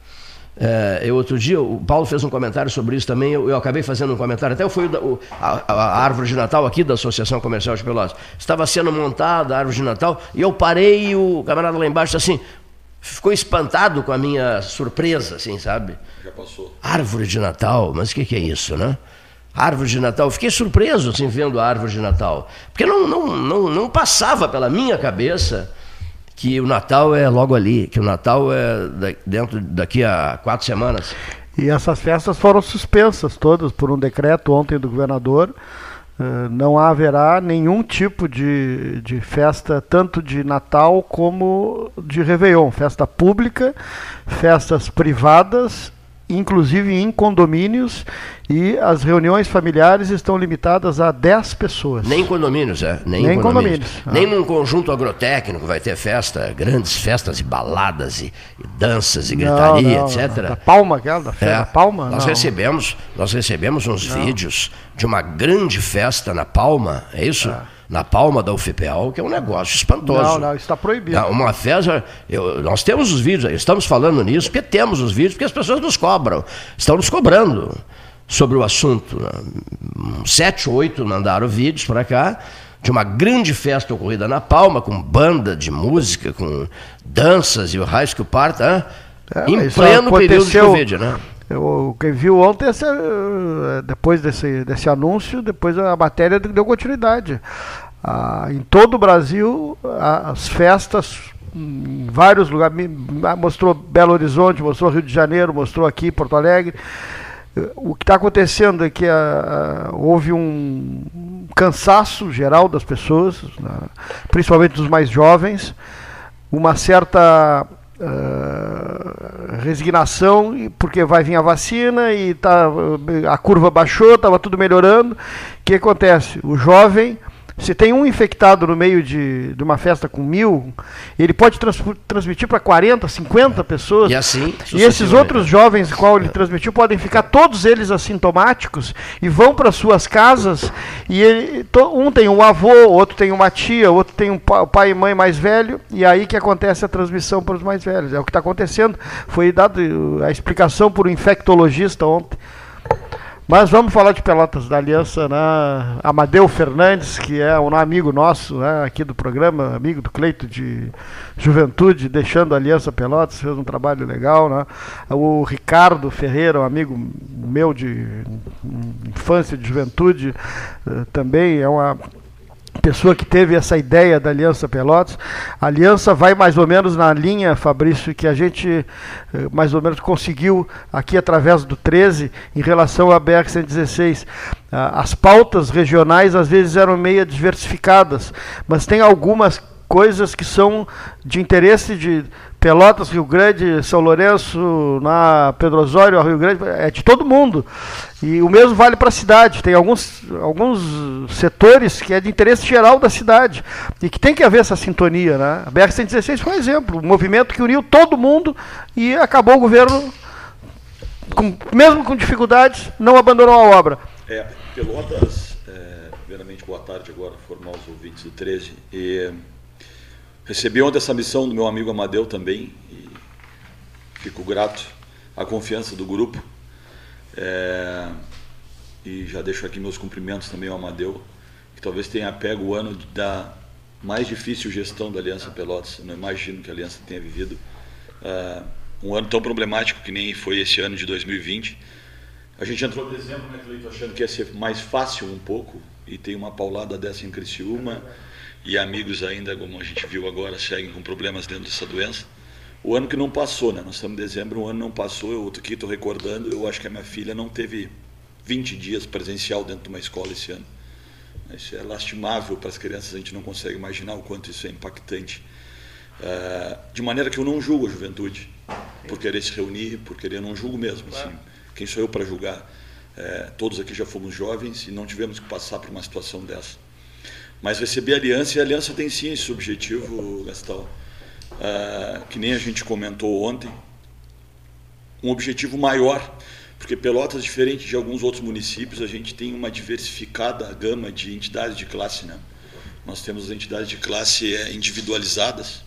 Outro dia, o Paulo fez um comentário sobre isso também, eu acabei fazendo um comentário, até foi a árvore de Natal aqui da Associação Comercial de Pelotas. Estava sendo montada a árvore de Natal e eu parei e o camarada lá embaixo assim, ficou espantado com a minha surpresa, assim, sabe?
Já passou.
Árvore de Natal, mas o que é isso, né? Árvore de Natal, fiquei surpreso assim, vendo a árvore de Natal, porque não passava pela minha cabeça que o Natal é logo ali, que o Natal é daqui a 4 semanas.
E essas festas foram suspensas todas por um decreto ontem do governador. Não haverá nenhum tipo de festa, tanto de Natal como de Réveillon. Festa pública, festas privadas, inclusive em condomínios, e as reuniões familiares estão limitadas a 10 pessoas.
Nem condomínios, Nem condomínios. Nem num conjunto agrotécnico vai ter festa, grandes festas e baladas e danças e gritaria, etc.
Da Palma, aquela da Feira Palma?
Nós recebemos uns vídeos de uma grande festa na Palma, é isso? Na Palma da UFPEL, que é um negócio espantoso.
Não, isso está proibido.
Uma festa, nós temos os vídeos, estamos falando nisso porque temos os vídeos, porque as pessoas nos cobram, estão nos cobrando sobre o assunto. 7 ou 8 mandaram vídeos para cá, de uma grande festa ocorrida na Palma, com banda de música, com danças e o raios que o parta, em pleno período de Covid, né?
Quem viu ontem, depois desse anúncio, depois a matéria deu continuidade. Em todo o Brasil, as festas, em vários lugares, mostrou Belo Horizonte, mostrou Rio de Janeiro, mostrou aqui Porto Alegre. O que está acontecendo é que houve um cansaço geral das pessoas, principalmente dos mais jovens, uma certa resignação, porque vai vir a vacina e a curva baixou, estava tudo melhorando. O que acontece? O jovem, se tem um infectado no meio de uma festa com 1000, ele pode transmitir para 40, 50 pessoas.
E assim,
e esses outros jovens qual ele transmitiu podem ficar todos eles assintomáticos e vão para suas casas, e um tem um avô, outro tem uma tia, outro tem um pai e mãe mais velho, e aí que acontece a transmissão para os mais velhos. É o que está acontecendo. Foi dada a explicação por um infectologista ontem. Mas vamos falar de Pelotas da Aliança, né? Amadeu Fernandes, que é um amigo nosso, né, aqui do programa, amigo do Cleito de Juventude, deixando a Aliança Pelotas, fez um trabalho legal, né? O Ricardo Ferreira, um amigo meu de infância, de juventude, também é uma pessoa que teve essa ideia da Aliança Pelotas. A Aliança vai mais ou menos na linha, Fabrício, que a gente mais ou menos conseguiu aqui através do 13 em relação à BR-116. As pautas regionais às vezes eram meio diversificadas, mas tem algumas coisas que são de interesse de Pelotas, Rio Grande, São Lourenço, na Pedro Osório, Rio Grande, é de todo mundo. E o mesmo vale para a cidade. Tem alguns setores que é de interesse geral da cidade e que tem que haver essa sintonia, né? A BR-116 foi um exemplo, um movimento que uniu todo mundo e acabou o governo, mesmo com dificuldades, não abandonou a obra.
Pelotas, primeiramente, boa tarde agora, formar os ouvintes do 13. Recebi ontem essa missão do meu amigo Amadeu também, e fico grato à confiança do grupo. E já deixo aqui meus cumprimentos também ao Amadeu, que talvez tenha pego o ano da mais difícil gestão da Aliança Pelotas. Eu não imagino que a Aliança tenha vivido um ano tão problemático que nem foi esse ano de 2020. A gente entrou em dezembro, né, Cleito, achando que ia ser mais fácil um pouco, e tem uma paulada dessa em Criciúma, e amigos ainda, como a gente viu agora, seguem com problemas dentro dessa doença. O ano que não passou, né? Nós estamos em dezembro, o ano não passou, eu aqui estou recordando, eu acho que a minha filha não teve 20 dias presencial dentro de uma escola esse ano. Isso é lastimável para as crianças, a gente não consegue imaginar o quanto isso é impactante. De maneira que eu não julgo a juventude, por querer se reunir, por querer, eu não julgo mesmo. Assim, quem sou eu para julgar? Todos aqui já fomos jovens e não tivemos que passar por uma situação dessa. Mas receber a Aliança, e a Aliança tem sim esse objetivo, Gastão, que nem a gente comentou ontem, um objetivo maior, porque Pelotas, diferente de alguns outros municípios, a gente tem uma diversificada gama de entidades de classe, né? Nós temos as entidades de classe individualizadas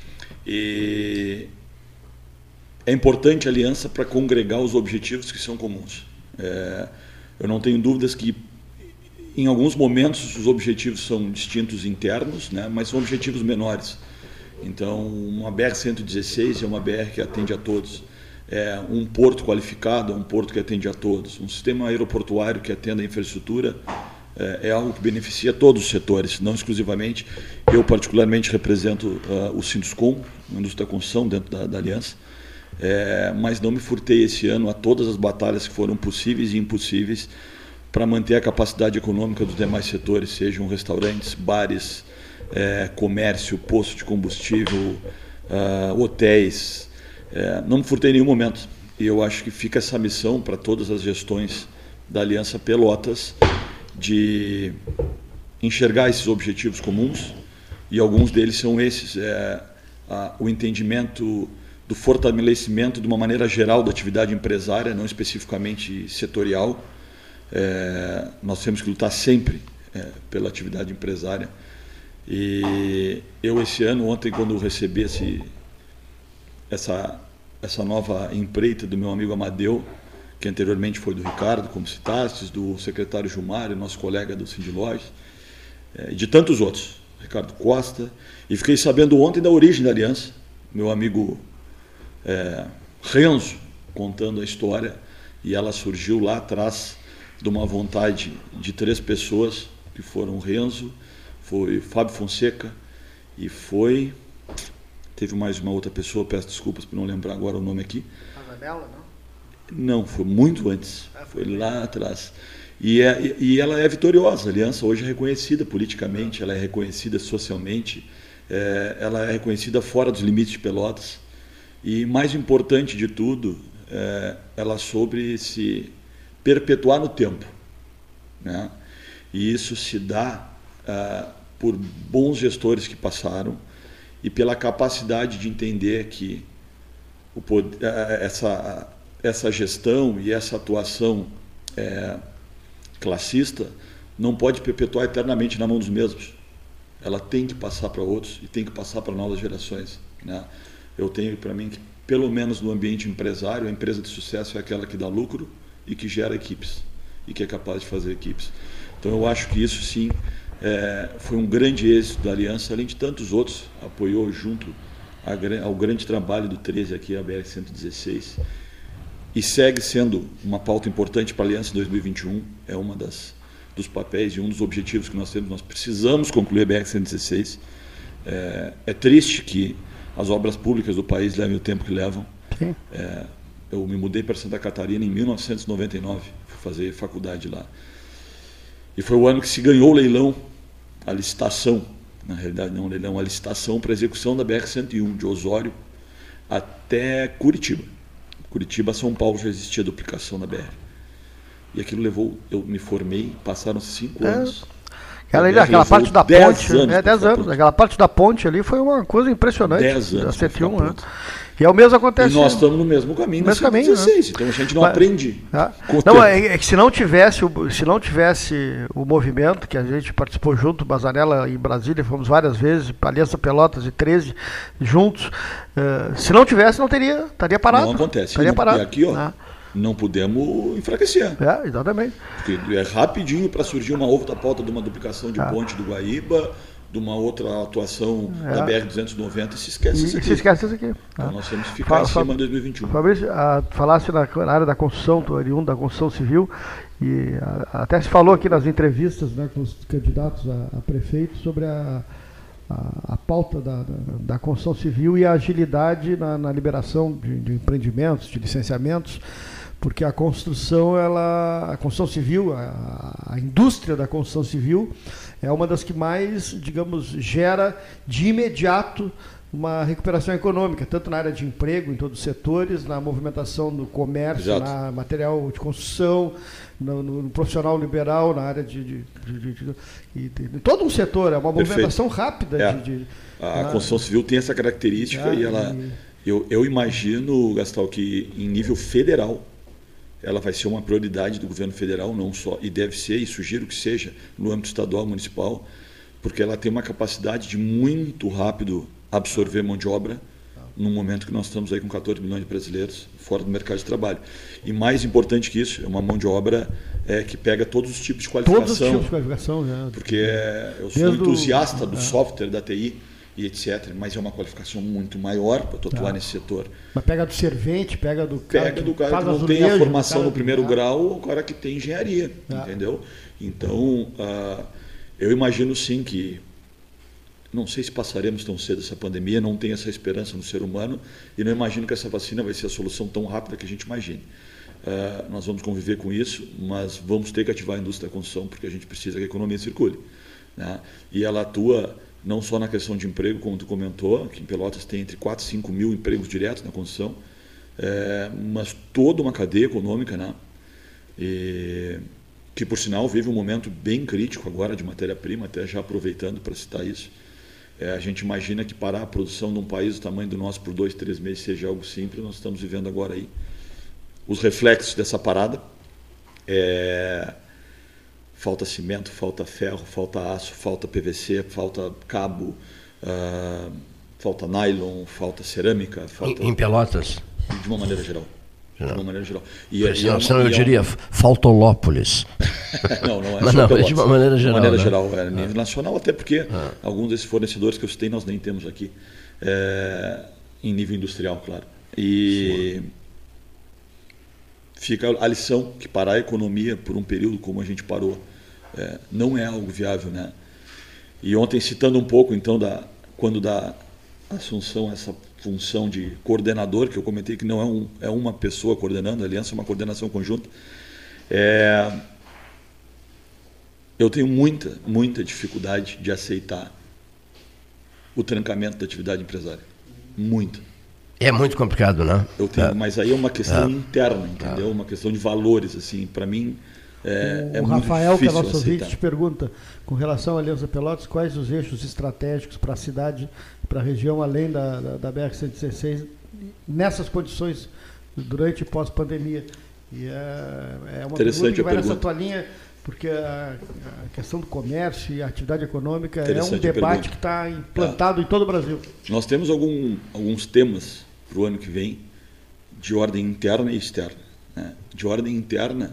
e é importante a aliança para congregar os objetivos que são comuns. Eu não tenho dúvidas que, em alguns momentos, os objetivos são distintos internos, né, mas são objetivos menores. Então, uma BR-116 é uma BR que atende a todos. Um porto qualificado é um porto que atende a todos. Um sistema aeroportuário que atenda a infraestrutura é algo que beneficia todos os setores, não exclusivamente. Eu, particularmente, represento o Sinduscom, a indústria da construção, dentro da aliança. Mas não me furtei esse ano a todas as batalhas que foram possíveis e impossíveis para manter a capacidade econômica dos demais setores, sejam restaurantes, bares, comércio, posto de combustível, hotéis. Não me furtei em nenhum momento. E eu acho que fica essa missão para todas as gestões da Aliança Pelotas de enxergar esses objetivos comuns, e alguns deles são esses: o entendimento do fortalecimento de uma maneira geral da atividade empresária, não especificamente setorial. Nós temos que lutar sempre pela atividade empresária. E eu, esse ano, ontem, quando recebi essa nova empreita do meu amigo Amadeu, que anteriormente foi do Ricardo, como citastes, do secretário Gilmário, nosso colega do Sindilógico, e de tantos outros, Ricardo Costa, e fiquei sabendo ontem da origem da aliança, meu amigo Renzo contando a história, e ela surgiu lá atrás de uma vontade de 3 pessoas, que foram Renzo, foi Fábio Fonseca e teve mais uma outra pessoa, peço desculpas por não lembrar agora o nome aqui.
Anabela, não?
Não, foi muito antes, foi lá atrás. E ela é vitoriosa, a aliança hoje é reconhecida politicamente, ela é reconhecida socialmente, ela é reconhecida fora dos limites de Pelotas. E mais importante de tudo, ela soube se perpetuar no tempo, né? E isso se dá por bons gestores que passaram e pela capacidade de entender que essa gestão e essa atuação classista não pode perpetuar eternamente na mão dos mesmos. Ela tem que passar para outros e tem que passar para novas gerações, né? Eu tenho para mim que, pelo menos no ambiente empresário, a empresa de sucesso é aquela que dá lucro e que gera equipes, e que é capaz de fazer equipes. Então eu acho que isso sim foi um grande êxito da Aliança, além de tantos outros, apoiou junto ao grande trabalho do 13 aqui, a BR-116, e segue sendo uma pauta importante para a Aliança em 2021, é uma dos papéis e um dos objetivos que nós temos. Nós precisamos concluir a BR-116. É triste que as obras públicas do país levem o tempo que levam. Eu me mudei para Santa Catarina em 1999, fui fazer faculdade lá. E foi o ano que se ganhou o leilão, a licitação, na realidade não o leilão, a licitação para a execução da BR-101, de Osório até Curitiba. Curitiba a São Paulo já existia duplicação da BR. E aquilo levou, eu me formei, passaram-se 5 anos.
Aquela parte da ponte, 10 anos. Aquela parte da ponte ali foi uma coisa impressionante.
10 anos.
Da 101, né? E é o mesmo acontece.
E nós estamos no mesmo caminho, no 16, né? Então a gente não aprende.
Não, é que se não tivesse o movimento que a gente participou junto, Bazanella e Brasília, fomos várias vezes, Aliança Pelotas e 13 juntos. Se não tivesse, estaria parado.
Não acontece.
Estaria parado.
E aqui, ó. Não podemos enfraquecer.
Exatamente.
Porque é rapidinho para surgir uma outra pauta de uma duplicação de ponte do Guaíba, de uma outra atuação da BR-290, e se esquece isso aqui. Então nós temos que ficar em cima em 2021.
Fabrício, falasse na área da construção, oriundo da construção civil, e até se falou aqui nas entrevistas, né, com os candidatos a prefeito sobre a pauta da construção civil e a agilidade na liberação de empreendimentos, de licenciamentos, porque a construção civil, a indústria da construção civil é uma das que mais, digamos, gera de imediato uma recuperação econômica, tanto na área de emprego, em todos os setores, na movimentação do comércio,
Exato.
na material de construção, no profissional liberal, na área de todo um setor, é uma movimentação rápida.
A construção civil tem essa característica
Eu imagino, Gastal, que em nível federal ela vai ser uma prioridade do governo federal, não só, e deve ser, e sugiro que seja, no âmbito estadual, municipal, porque ela tem uma capacidade de muito rápido absorver mão de obra, num momento que nós estamos aí com 14 milhões de brasileiros fora do mercado de trabalho. E mais importante que isso, é uma mão de obra que pega todos os tipos de qualificação.
Todos os tipos de qualificação, né?
Porque eu sou entusiasta do software, da TI e etc. Mas é uma qualificação muito maior para atuar nesse setor.
Mas pega do servente, pega do cara
que não tem a formação no primeiro grau, o cara que tem engenharia, entendeu? Então, eu imagino sim que não sei se passaremos tão cedo essa pandemia, não tenho essa esperança no ser humano e não imagino que essa vacina vai ser a solução tão rápida que a gente imagine. Nós vamos conviver com isso, mas vamos ter que ativar a indústria da construção porque a gente precisa que a economia circule, né? E ela atua não só na questão de emprego, como tu comentou, que em Pelotas tem entre 4 e 5 mil empregos diretos na construção, mas toda uma cadeia econômica, né? E que, por sinal, vive um momento bem crítico agora de matéria-prima, até já aproveitando para citar isso. A gente imagina que parar a produção de um país do tamanho do nosso por 2, 3 meses seja algo simples. Nós estamos vivendo agora aí os reflexos dessa parada. Falta cimento, falta ferro, falta aço, falta PVC, falta cabo, falta nylon, falta cerâmica. Falta...
Em Pelotas?
De uma maneira geral. De uma maneira geral.
Senão eu diria Faltolópolis.
Não é
mas
só
não,
Pelotas.
de uma maneira geral.
De uma maneira geral, nível nacional, até porque alguns desses fornecedores que eu citei nós nem temos aqui, em nível industrial, claro. E fica a lição que parar a economia por um período como a gente parou não é algo viável, né? E ontem, citando um pouco, então, quando da assunção essa função de coordenador, que eu comentei que não é uma pessoa coordenando, a aliança é uma coordenação conjunta, eu tenho muita dificuldade de aceitar o trancamento da atividade empresária. Muita.
É muito complicado, né?
Eu tenho, mas aí é uma questão interna, entendeu? Uma questão de valores, assim, para mim é
o
muito
Rafael, que é nosso
aceitar.
ouvinte, te pergunta, com relação à Aliança Pelotas, quais os eixos estratégicos para a cidade, para a região, além da BR-116, nessas condições, durante e pós-pandemia? E é uma pergunta que vai nessa tua linha, porque a questão do comércio e a atividade econômica é um debate que está implantado em todo o Brasil.
Nós temos alguns temas para o ano que vem de ordem interna e externa, né? De ordem interna,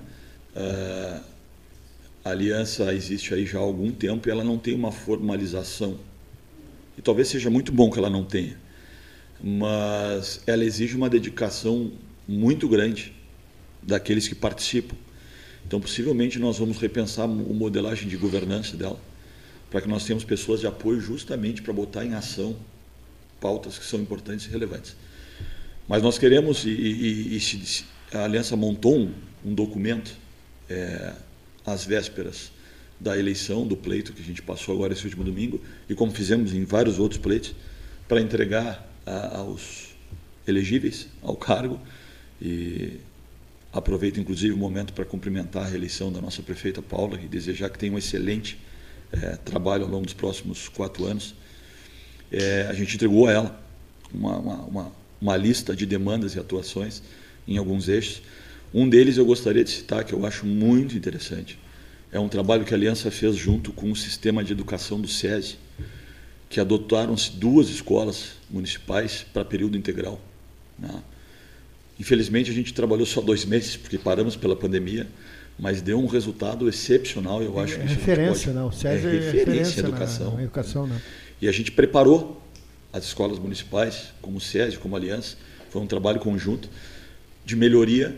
a aliança existe aí já há algum tempo e ela não tem uma formalização. E talvez seja muito bom que ela não tenha, mas ela exige uma dedicação muito grande daqueles que participam. Então, possivelmente, nós vamos repensar a modelagem de governança dela, para que nós tenhamos pessoas de apoio justamente para botar em ação pautas que são importantes e relevantes. Mas nós queremos, a Aliança montou um documento às vésperas da eleição, do pleito que a gente passou agora esse último domingo, e como fizemos em vários outros pleitos, para entregar aos elegíveis ao cargo. E aproveito, inclusive, o momento para cumprimentar a reeleição da nossa prefeita Paula e desejar que tenha um excelente trabalho ao longo dos próximos 4 anos. A gente entregou a ela uma lista de demandas e atuações em alguns eixos. Um deles eu gostaria de citar, que eu acho muito interessante. É um trabalho que a Aliança fez junto com o sistema de educação do SESI, que adotaram-se 2 escolas municipais para período integral, né? Infelizmente, a gente trabalhou só 2 meses, porque paramos pela pandemia, mas deu um resultado excepcional. Eu acho que
referência, né? O SESI é referência
em educação.
Na educação, né? E
a gente preparou as escolas municipais, como o SESI, como a Aliança. Foi um trabalho conjunto de melhoria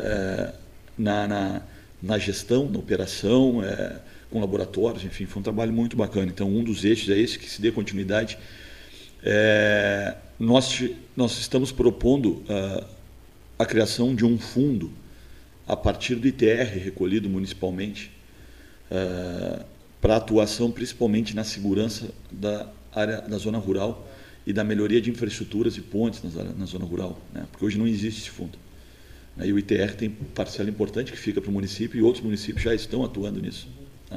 na gestão, na operação, com laboratórios, enfim, foi um trabalho muito bacana. Então, um dos eixos é esse, que se dê continuidade. Nós estamos propondo a criação de um fundo a partir do ITR recolhido municipalmente para atuação principalmente na segurança da área da zona rural e da melhoria de infraestruturas e pontes na zona rural, né? Porque hoje não existe esse fundo. E o ITR tem parcela importante que fica para o município e outros municípios já estão atuando nisso, né?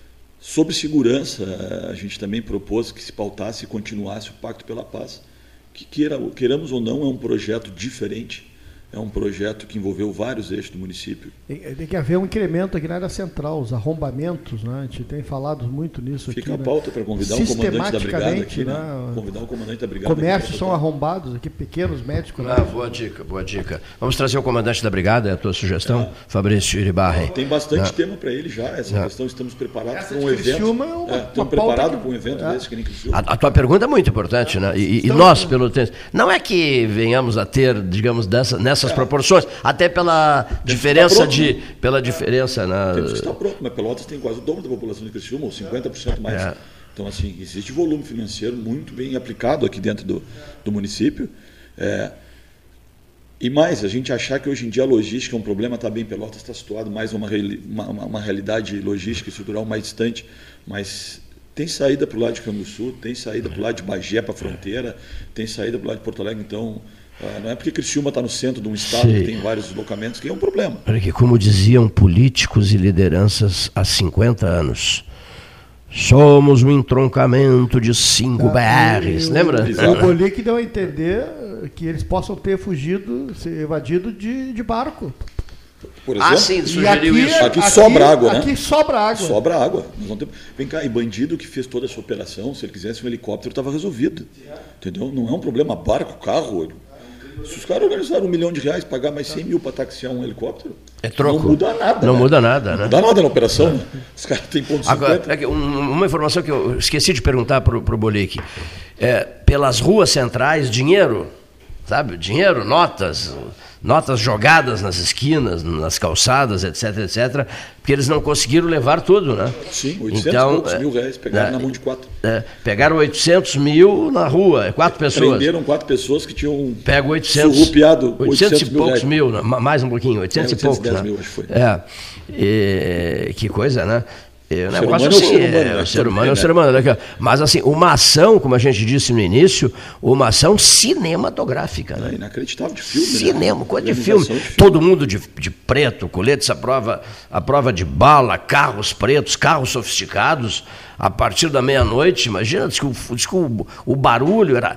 Sobre segurança, a gente também propôs que se pautasse e continuasse o Pacto pela Paz, que queiramos ou não, é um projeto diferente. É um projeto que envolveu vários eixos do município.
Tem que haver um incremento aqui na área central, os arrombamentos, né? A gente tem falado muito nisso aqui.
Fica a pauta para convidar o comandante da brigada aqui, né? Convidar o comandante da brigada.
Comércios são arrombados aqui, pequenos médicos. Né?
Boa dica, boa dica. Vamos trazer o comandante da brigada, é a tua sugestão, Fabrício Iribarren.
Tem bastante tema para ele já, essa questão, estamos preparados para um evento.
Estamos
preparados para um evento desse que nem Criciúma.
A tua pergunta é muito importante, né? E nós, pelo tempo, não é que venhamos a ter, digamos, nessas proporções, até pela diferença pela diferença, né?
Temos que estar pronto, mas Pelotas tem quase o dobro da população de Criciúma, ou 50% mais. Então, assim, existe volume financeiro muito bem aplicado aqui dentro do município. E mais, a gente achar que hoje em dia a logística é um problema, está bem, Pelotas está situado mais uma realidade logística e estrutural mais distante, mas tem saída para o lado de Rio Grande do Sul, tem saída para o lado de Bagé, para a fronteira, tem saída para o lado de Porto Alegre, então não é porque Criciúma está no centro de um estado que tem vários deslocamentos que é um problema.
Porque, como diziam políticos e lideranças há 50 anos, somos um entroncamento de 5 BRs, lembra?
O Bolic deu a entender que eles possam ter fugido, evadido de barco.
Por exemplo,
sim, sugeriu isso.
Aqui sobra água, né?
Aqui sobra água.
Sobra água. Vem cá, e bandido que fez toda essa operação, se ele quisesse um helicóptero, estava resolvido. Entendeu? Não é um problema barco, carro. Se os caras organizaram R$1 milhão, pagar mais 100 mil para taxiar um helicóptero,
é troco.
Não muda nada.
Não muda nada, né?
Não muda nada na operação. Né? Os caras têm ponto 50.
Agora, uma informação que eu esqueci de perguntar para o Bolic. Pelas ruas centrais, dinheiro, sabe? Dinheiro, notas jogadas nas esquinas, nas calçadas, etc, etc, porque eles não conseguiram levar tudo, né?
Sim, 800 mil reais, pegaram na mão de 4.
Pegaram 800 mil na rua, 4 pessoas.
Prenderam 4 pessoas que tinham
surrupiado 800 e poucos
reais.
mil, mais um pouquinho, 800 e poucos.
810 mil, acho que foi.
Que coisa, né? O negócio o ser humano é o ser humano. Mas, assim, uma ação, como a gente disse no início, uma ação cinematográfica. Né?
Inacreditável de filme.
Cinema, coisa de filme. Todo mundo de preto, coletes à prova de bala, carros pretos, carros sofisticados, a partir da meia-noite. Imagina, diz que o barulho era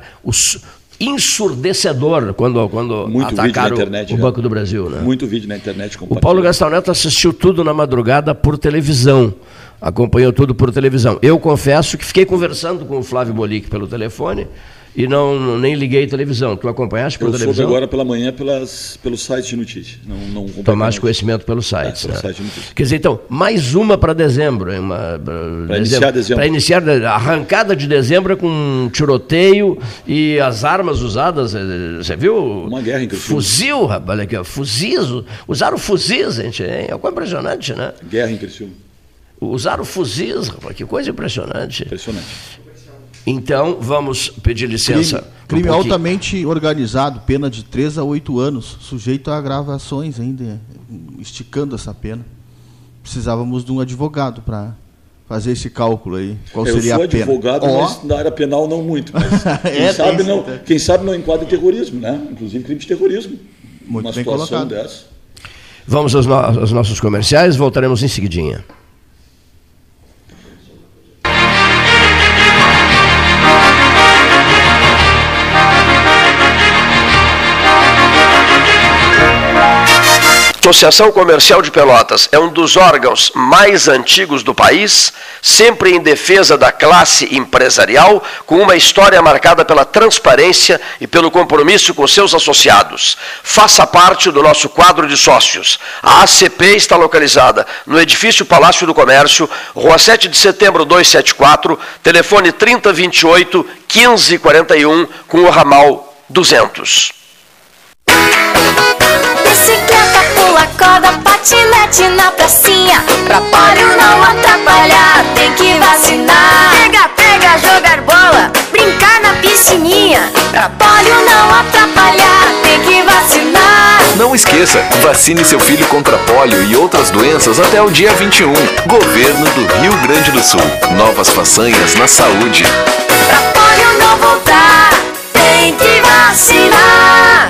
ensurdecedor quando
muito
atacaram
internet,
o Banco do Brasil. Né?
Muito vídeo na internet.
O Paulo Gastão Neto assistiu tudo na madrugada por televisão. Acompanhou tudo por televisão. Eu confesso que fiquei conversando com o Flávio Bolic pelo telefone e nem liguei a televisão. Tu acompanhaste pela televisão?
Eu soube agora pela manhã pelo site de notícias. Não
Tomaste conhecimento pelo site.
Pelo
né?
site de notícias.
Quer dizer, então, mais uma para dezembro. Para iniciar dezembro. Para iniciar a arrancada de dezembro é com tiroteio e as armas usadas. Você viu?
Uma guerra em Criciúma.
Fuzil, rapaz, aqui, fuzis. Usaram fuzis, gente. É uma coisa impressionante, né?
Guerra em Criciúma.
Usaram fuzis, rapaz, que coisa impressionante.
Impressionante.
Então, vamos pedir licença.
Crime altamente organizado, pena de 3 a 8 anos, sujeito a gravações ainda, esticando essa pena. Precisávamos de um advogado para fazer esse cálculo aí. Qual seria a pena?
Eu sou advogado, mas na área penal não muito. Mas quem sabe não enquadra em terrorismo, né? Inclusive crime de terrorismo.
Muito bem colocado.
Dessa.
Vamos aos nossos comerciais, voltaremos em seguidinha. A Associação Comercial de Pelotas é um dos órgãos mais antigos do país, sempre em defesa da classe empresarial, com uma história marcada pela transparência e pelo compromisso com seus associados. Faça parte do nosso quadro de sócios. A ACP está localizada no edifício Palácio do Comércio, Rua 7 de Setembro 274, telefone 3028 1541, com o ramal 200.
Bicicleta, pula, corda, patinete na pracinha. Pra polio não atrapalhar, tem que vacinar. Pega, jogar bola, brincar na piscininha. Pra polio não atrapalhar, tem que vacinar.
Não esqueça, vacine seu filho contra pólio e outras doenças até o dia 21. Governo do Rio Grande do Sul. Novas façanhas na saúde.
Pra polio não voltar, tem que vacinar.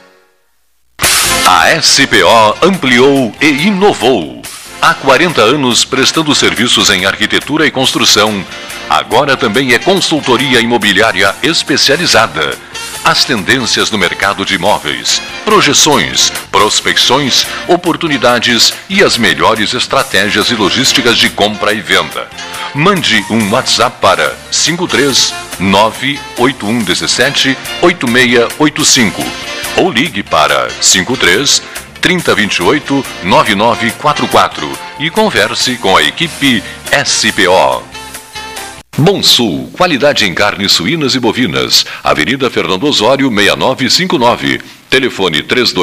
A SPO ampliou e inovou. Há 40 anos prestando serviços em arquitetura e construção. Agora também é consultoria imobiliária especializada. as tendências no mercado de imóveis, projeções, prospecções, oportunidades e as melhores estratégias e logísticas de compra e venda. Mande um WhatsApp para 53981178685 ou ligue para 53-3028-9944 e converse com a equipe SPO. Bom Sul, qualidade em carnes suínas e bovinas. Avenida Fernando Osório, 6959. Telefone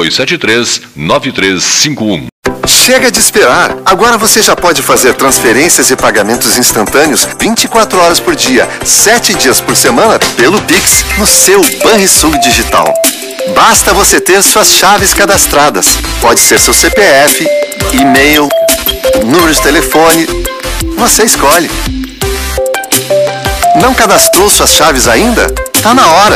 3273-9351.
Chega de esperar! Agora você já pode fazer transferências e pagamentos instantâneos 24 horas por dia, 7 dias por semana, pelo Pix, no seu Banrisul Digital. Basta você ter suas chaves cadastradas. Pode ser seu CPF, e-mail, número de telefone. Você escolhe. Não cadastrou suas chaves ainda? Tá na hora.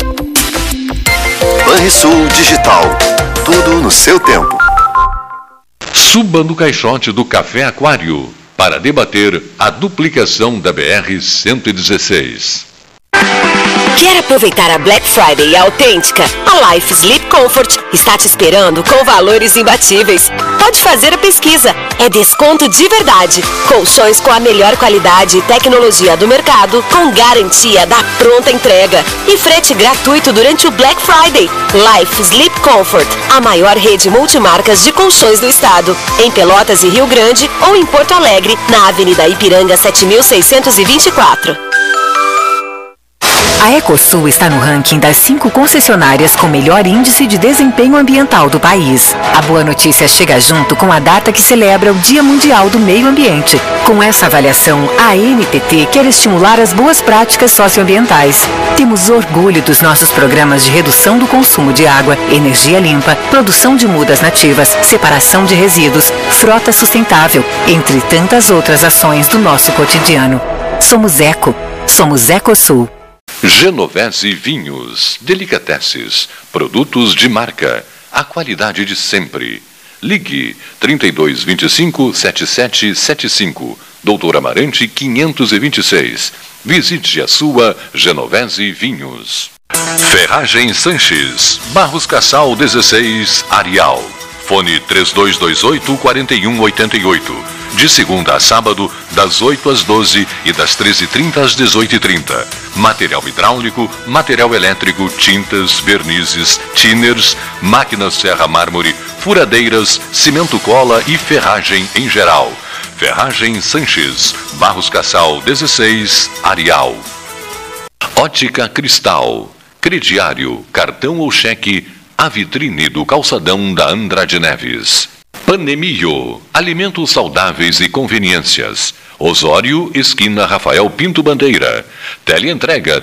Banrisul Digital. Tudo no seu tempo.
Suba no caixote do Café Aquário para debater a duplicação da BR-116.
Quer aproveitar a Black Friday autêntica? A Life Sleep Comfort está te esperando com valores imbatíveis. Pode fazer a pesquisa. É desconto de verdade. Colchões com a melhor qualidade e tecnologia do mercado, com garantia da pronta entrega. E frete gratuito durante o Black Friday. Life Sleep Comfort, a maior rede multimarcas de colchões do estado. Em Pelotas e Rio Grande ou em Porto Alegre, na Avenida Ipiranga 7624.
A Ecosul está no ranking das 5 concessionárias com melhor índice de desempenho ambiental do país. A boa notícia chega junto com a data que celebra o Dia Mundial do Meio Ambiente. Com essa avaliação, a ANTT quer estimular as boas práticas socioambientais. Temos orgulho dos nossos programas de redução do consumo de água, energia limpa, produção de mudas nativas, separação de resíduos, frota sustentável, entre tantas outras ações do nosso cotidiano. Somos Eco. Somos Ecosul.
Genovese Vinhos, Delicateces, produtos de marca, a qualidade de sempre. Ligue 3225-7775, Doutor Amarante 526. Visite a sua Genovese Vinhos. Ferragem Sanches, Barros Cassal 16, Arial. Fone 3228-4188. De segunda a sábado, das 8 às 12 e das 13h30 às 18h30. Material hidráulico, material elétrico, tintas, vernizes, tinners, máquinas serra mármore, furadeiras, cimento cola e ferragem em geral. Ferragem Sanches, Barros Cassal 16, Arial. Ótica Cristal, crediário, cartão ou cheque, a vitrine do calçadão da Andrade Neves. Panemio, alimentos saudáveis e conveniências. Osório, esquina Rafael Pinto Bandeira. Teleentrega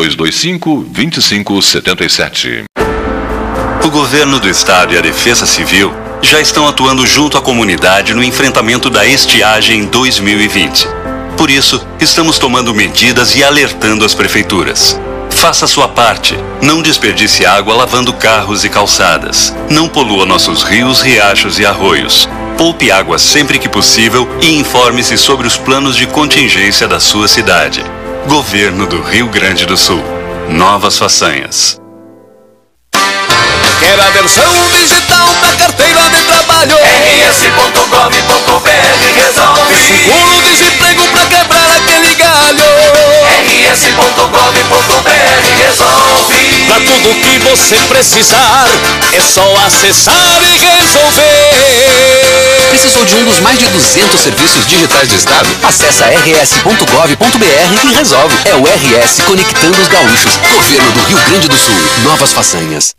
3225-2577.
O governo do estado e a Defesa Civil já estão atuando junto à comunidade no enfrentamento da estiagem em 2020. Por isso, estamos tomando medidas e alertando as prefeituras. Faça sua parte. Não desperdice água lavando carros e calçadas. Não polua nossos rios, riachos e arroios. Poupe água sempre que possível e informe-se sobre os planos de contingência da sua cidade. Governo do Rio Grande do Sul. Novas façanhas.
Quer a versão digital da carteira de trabalho? rs.gov.br resolve. Seguro-desemprego pra quebrar aquele galho. rs.gov.br resolve. Pra tudo que você precisar, é só acessar e resolver.
Precisou de um dos mais de 200 serviços digitais do Estado? Acesse rs.gov.br e resolve. É o RS Conectando os Gaúchos. Governo do Rio Grande do Sul. Novas façanhas.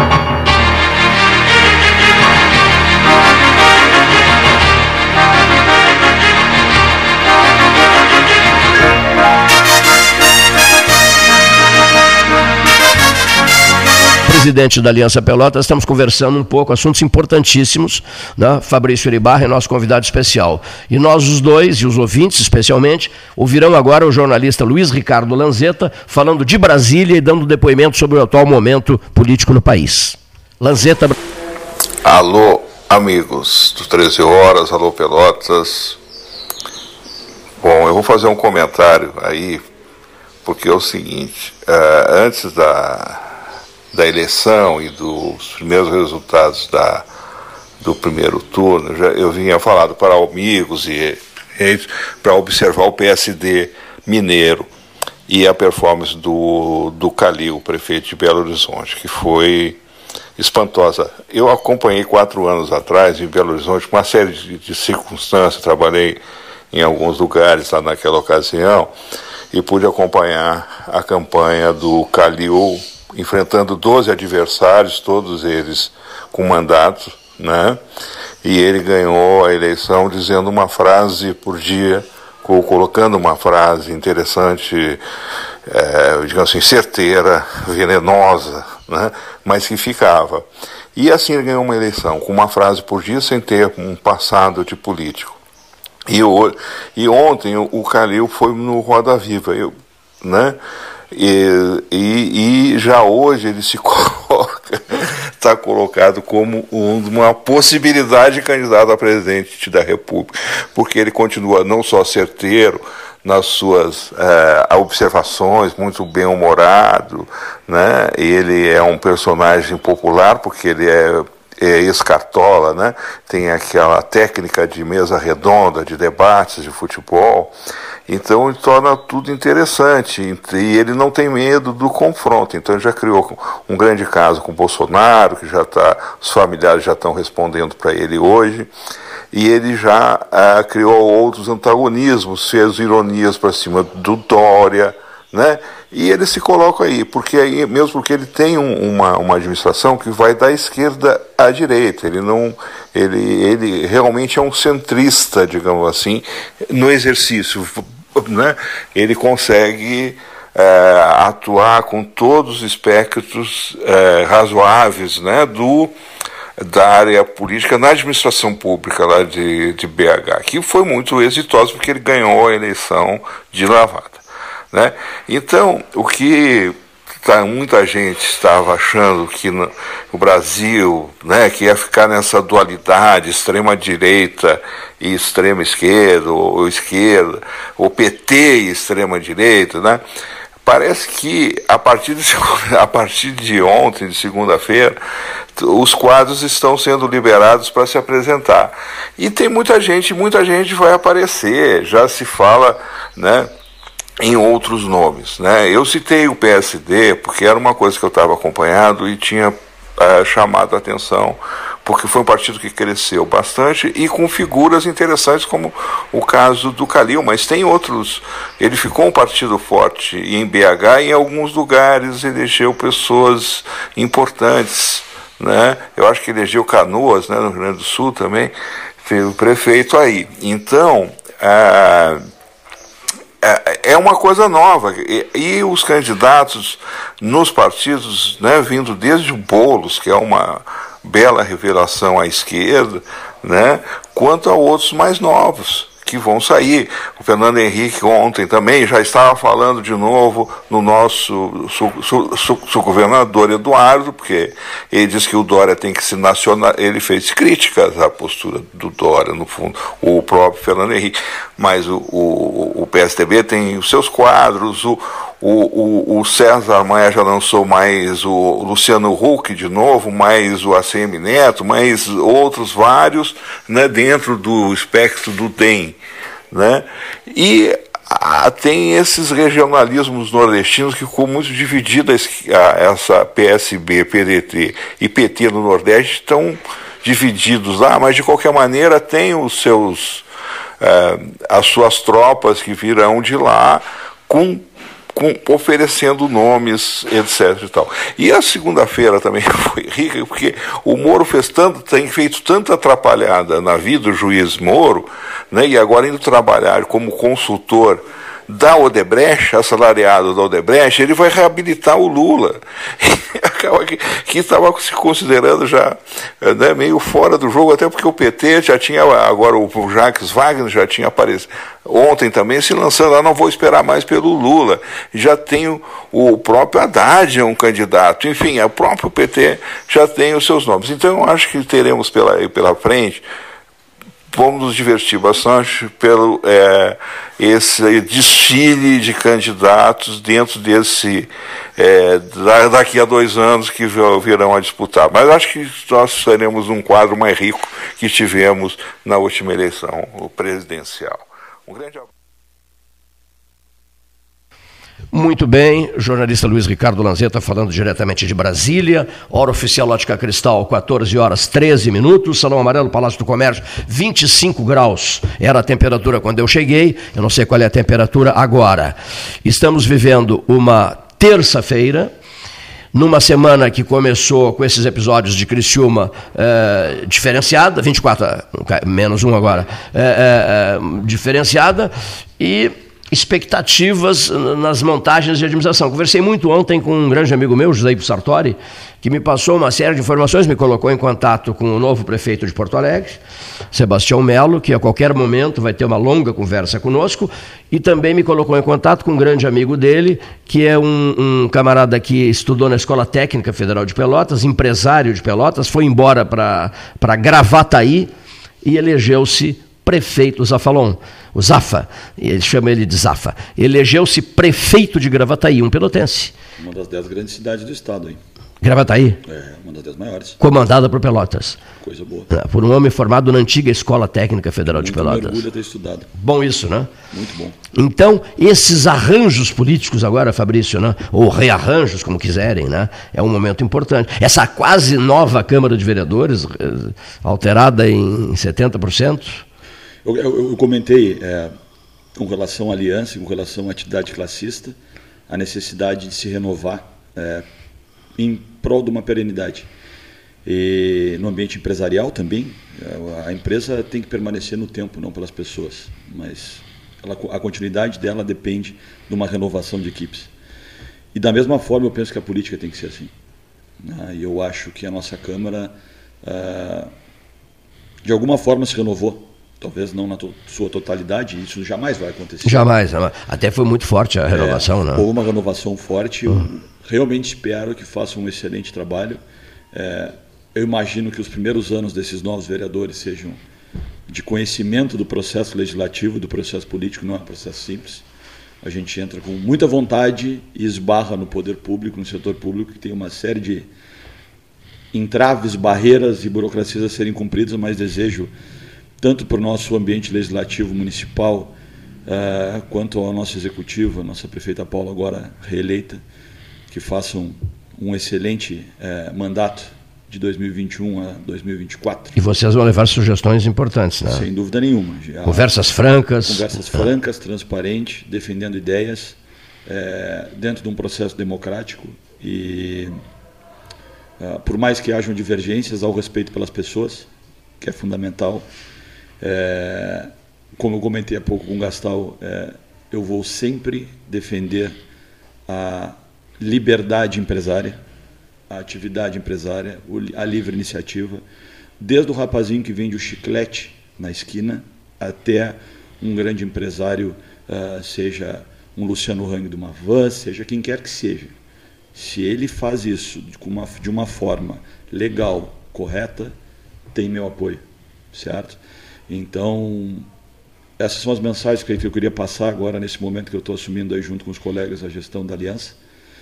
Presidente da Aliança Pelotas, estamos conversando um pouco, assuntos importantíssimos, né? Fabrício Iribarra é nosso convidado especial. E nós os dois, e os ouvintes especialmente, ouvirão agora o jornalista Luiz Ricardo Lanzetta falando de Brasília e dando depoimento sobre o atual momento político no país. Lanzetta.
Alô, amigos do 13 Horas, alô Pelotas. Bom, eu vou fazer um comentário aí, porque é o seguinte, antes da eleição e dos primeiros resultados do primeiro turno, eu vinha falado para amigos e para observar o PSD mineiro e a performance do Calil, prefeito de Belo Horizonte, que foi espantosa. Eu acompanhei 4 anos atrás em Belo Horizonte, com uma série de circunstâncias, trabalhei em alguns lugares lá naquela ocasião e pude acompanhar a campanha do Calil, enfrentando 12 adversários, todos eles com mandato, né? E ele ganhou a eleição dizendo uma frase por dia, colocando uma frase interessante, digamos assim, certeira, venenosa, né? Mas que ficava. E assim ele ganhou uma eleição, com uma frase por dia, sem ter um passado de político. E ontem o Calil foi no Roda Viva, né? E já hoje ele se coloca, está colocado como uma possibilidade de candidato a presidente da República, porque ele continua não só certeiro nas suas observações, muito bem-humorado, né? Ele é um personagem popular, porque ele é ex-cartola, né? Tem aquela técnica de mesa redonda, de debates de futebol, então ele torna tudo interessante, e ele não tem medo do confronto. Então ele já criou um grande caso com o Bolsonaro, que os familiares já estão respondendo para ele hoje, e ele já criou outros antagonismos, fez ironias para cima do Dória, né? E ele se coloca aí, mesmo porque ele tem uma administração que vai da esquerda à direita. Ele realmente é um centrista, digamos assim, no exercício, né? Ele consegue atuar com todos os espectros razoáveis, né, da área política na administração pública lá de BH, que foi muito exitosa porque ele ganhou a eleição de lavada, né? Então, o que muita gente estava achando que o Brasil, né, que ia ficar nessa dualidade extrema-direita e extrema-esquerda, ou PT e extrema-direita, né? Parece que a partir de ontem, de segunda-feira, os quadros estão sendo liberados para se apresentar. E tem muita gente vai aparecer, já se fala, né, em outros nomes, né? Eu citei o PSD porque era uma coisa que eu estava acompanhando e tinha chamado a atenção, porque foi um partido que cresceu bastante e com figuras interessantes, como o caso do Calil, mas tem outros. Ele ficou um partido forte em BH e em alguns lugares elegeu pessoas importantes, né? Eu acho que elegeu Canoas, né, no Rio Grande do Sul também, fez o prefeito aí. Então, é uma coisa nova, e os candidatos nos partidos, né, vindo desde o Boulos, que é uma bela revelação à esquerda, né, quanto a outros mais novos que vão sair. O Fernando Henrique ontem também já estava falando de novo no nosso governador Eduardo, porque ele disse que o Dória tem que se nacionalizar. Ele fez críticas à postura do Dória, no fundo, o próprio Fernando Henrique, mas o PSDB tem os seus quadros, o César Maia já lançou mais o Luciano Huck de novo, mais o ACM Neto, mais outros vários, né, dentro do espectro do DEM, né? E tem esses regionalismos nordestinos que ficou muito dividida, essa PSB, PDT e PT no Nordeste estão divididos lá, mas de qualquer maneira tem as suas tropas que virão de lá oferecendo nomes, etc. E tal. E a segunda-feira também foi rica, porque o Moro tem feito tanta atrapalhada na vida do juiz Moro, né, e agora indo trabalhar como consultor da Odebrecht, assalariado da Odebrecht, ele vai reabilitar o Lula, que estava se considerando já, né, meio fora do jogo, até porque o PT já tinha, agora o Jacques Wagner já tinha aparecido, ontem também se lançando lá, não vou esperar mais pelo Lula, já tem o próprio Haddad é um candidato, enfim, o próprio PT já tem os seus nomes. Então eu acho que teremos pela frente vamos nos divertir bastante pelo esse desfile de candidatos dentro desse daqui a 2 anos que virão a disputar. Mas acho que nós teremos um quadro mais rico que tivemos na última eleição presidencial. Um grande abraço.
Muito bem, jornalista Luiz Ricardo Lanzetta falando diretamente de Brasília, hora oficial Ótica Cristal, 14h13, Salão Amarelo, Palácio do Comércio, 25 graus, era a temperatura quando eu cheguei, eu não sei qual é a temperatura agora. Estamos vivendo uma terça-feira, numa semana que começou com esses episódios de Criciúma diferenciada, 24, menos um agora, diferenciada, e expectativas nas montagens de administração. Conversei muito ontem com um grande amigo meu, José Sartori, que me passou uma série de informações, me colocou em contato com o novo prefeito de Porto Alegre, Sebastião Melo, que a qualquer momento vai ter uma longa conversa conosco, e também me colocou em contato com um grande amigo dele, que é um camarada que estudou na Escola Técnica Federal de Pelotas, empresário de Pelotas, foi embora para Gravataí e elegeu-se prefeito, o Zafa, ele chama ele de Zafa, elegeu-se prefeito de Gravataí, um pelotense.
Uma das 10 grandes cidades do estado, hein?
Gravataí?
Uma das 10 maiores.
Comandada por Pelotas.
Coisa boa.
Por um homem formado na antiga Escola Técnica Federal de Pelotas.
Muito orgulho de ter estudado.
Bom isso, né?
Muito bom.
Então, esses arranjos políticos agora, Fabrício, né? Ou rearranjos, como quiserem, né? É um momento importante. Essa quase nova Câmara de Vereadores, alterada em 70%.
Eu comentei com relação à aliança, com relação à atividade classista, a necessidade de se renovar em prol de uma perenidade. E no ambiente empresarial também, a empresa tem que permanecer no tempo, não pelas pessoas, mas a continuidade dela depende de uma renovação de equipes. E da mesma forma eu penso que a política tem que ser assim. E eu acho que a nossa Câmara, de alguma forma, se renovou. Talvez não na sua totalidade, isso jamais vai acontecer.
Jamais. Até foi muito forte a renovação, né?
Houve uma renovação forte. Eu realmente espero que façam um excelente trabalho. Eu imagino que os primeiros anos desses novos vereadores sejam de conhecimento do processo legislativo, do processo político, não é um processo simples. A gente entra com muita vontade e esbarra no poder público, no setor público, que tem uma série de entraves, barreiras e burocracias a serem cumpridas, mas desejo tanto para o nosso ambiente legislativo municipal, quanto ao nosso executivo, a nossa prefeita Paula, agora reeleita, que façam um excelente mandato de 2021 a 2024.
E vocês vão levar sugestões importantes, né?
Sem dúvida nenhuma.
Conversas francas.
Conversas francas, transparentes, defendendo ideias, dentro de um processo democrático e, por mais que hajam divergências, ao respeito pelas pessoas, que é fundamental. Como eu comentei há pouco com o Gastal, eu vou sempre defender a liberdade empresária, a atividade empresária, a livre iniciativa, desde o rapazinho que vende o chiclete na esquina até um grande empresário, seja um Luciano Hang de uma van, seja quem quer que seja. Se ele faz isso de uma forma legal, correta, tem meu apoio, certo? Então, essas são as mensagens que eu queria passar agora, nesse momento que eu estou assumindo aí junto com os colegas a gestão da Aliança.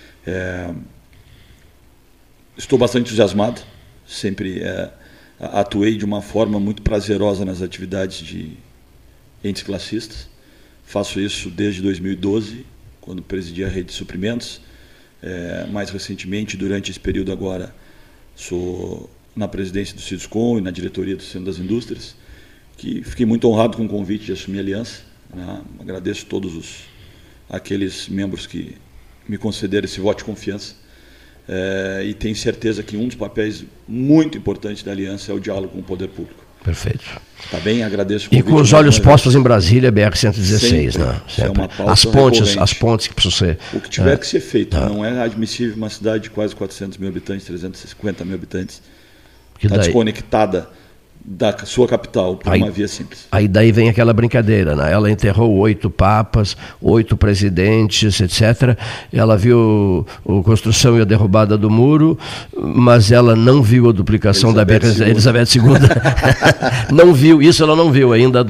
Estou bastante entusiasmado, sempre atuei de uma forma muito prazerosa nas atividades de entes classistas. Faço isso desde 2012, quando presidi a rede de suprimentos. Mais recentemente, durante esse período agora, sou na presidência do Cidescom e na diretoria do Centro das Indústrias, que fiquei muito honrado com o convite de assumir a aliança. Agradeço todos aqueles membros que me concederam esse voto de confiança. E tenho certeza que um dos papéis muito importantes da aliança é o diálogo com o poder público.
Perfeito.
Tá bem, agradeço.
E com os olhos postos em Brasília, BR-116, né?
Sempre. É uma pauta
as pontes que precisam ser...
O que tiver que ser feito. Não é admissível uma cidade de quase 400 mil habitantes, 350 mil habitantes, está desconectada da sua capital por uma via simples.
Aí daí vem aquela brincadeira, né? Ela enterrou 8 papas, 8 presidentes, etc. Ela viu a construção e a derrubada do muro, mas ela não viu a duplicação da Elizabeth II. Não viu, isso ela não viu ainda, a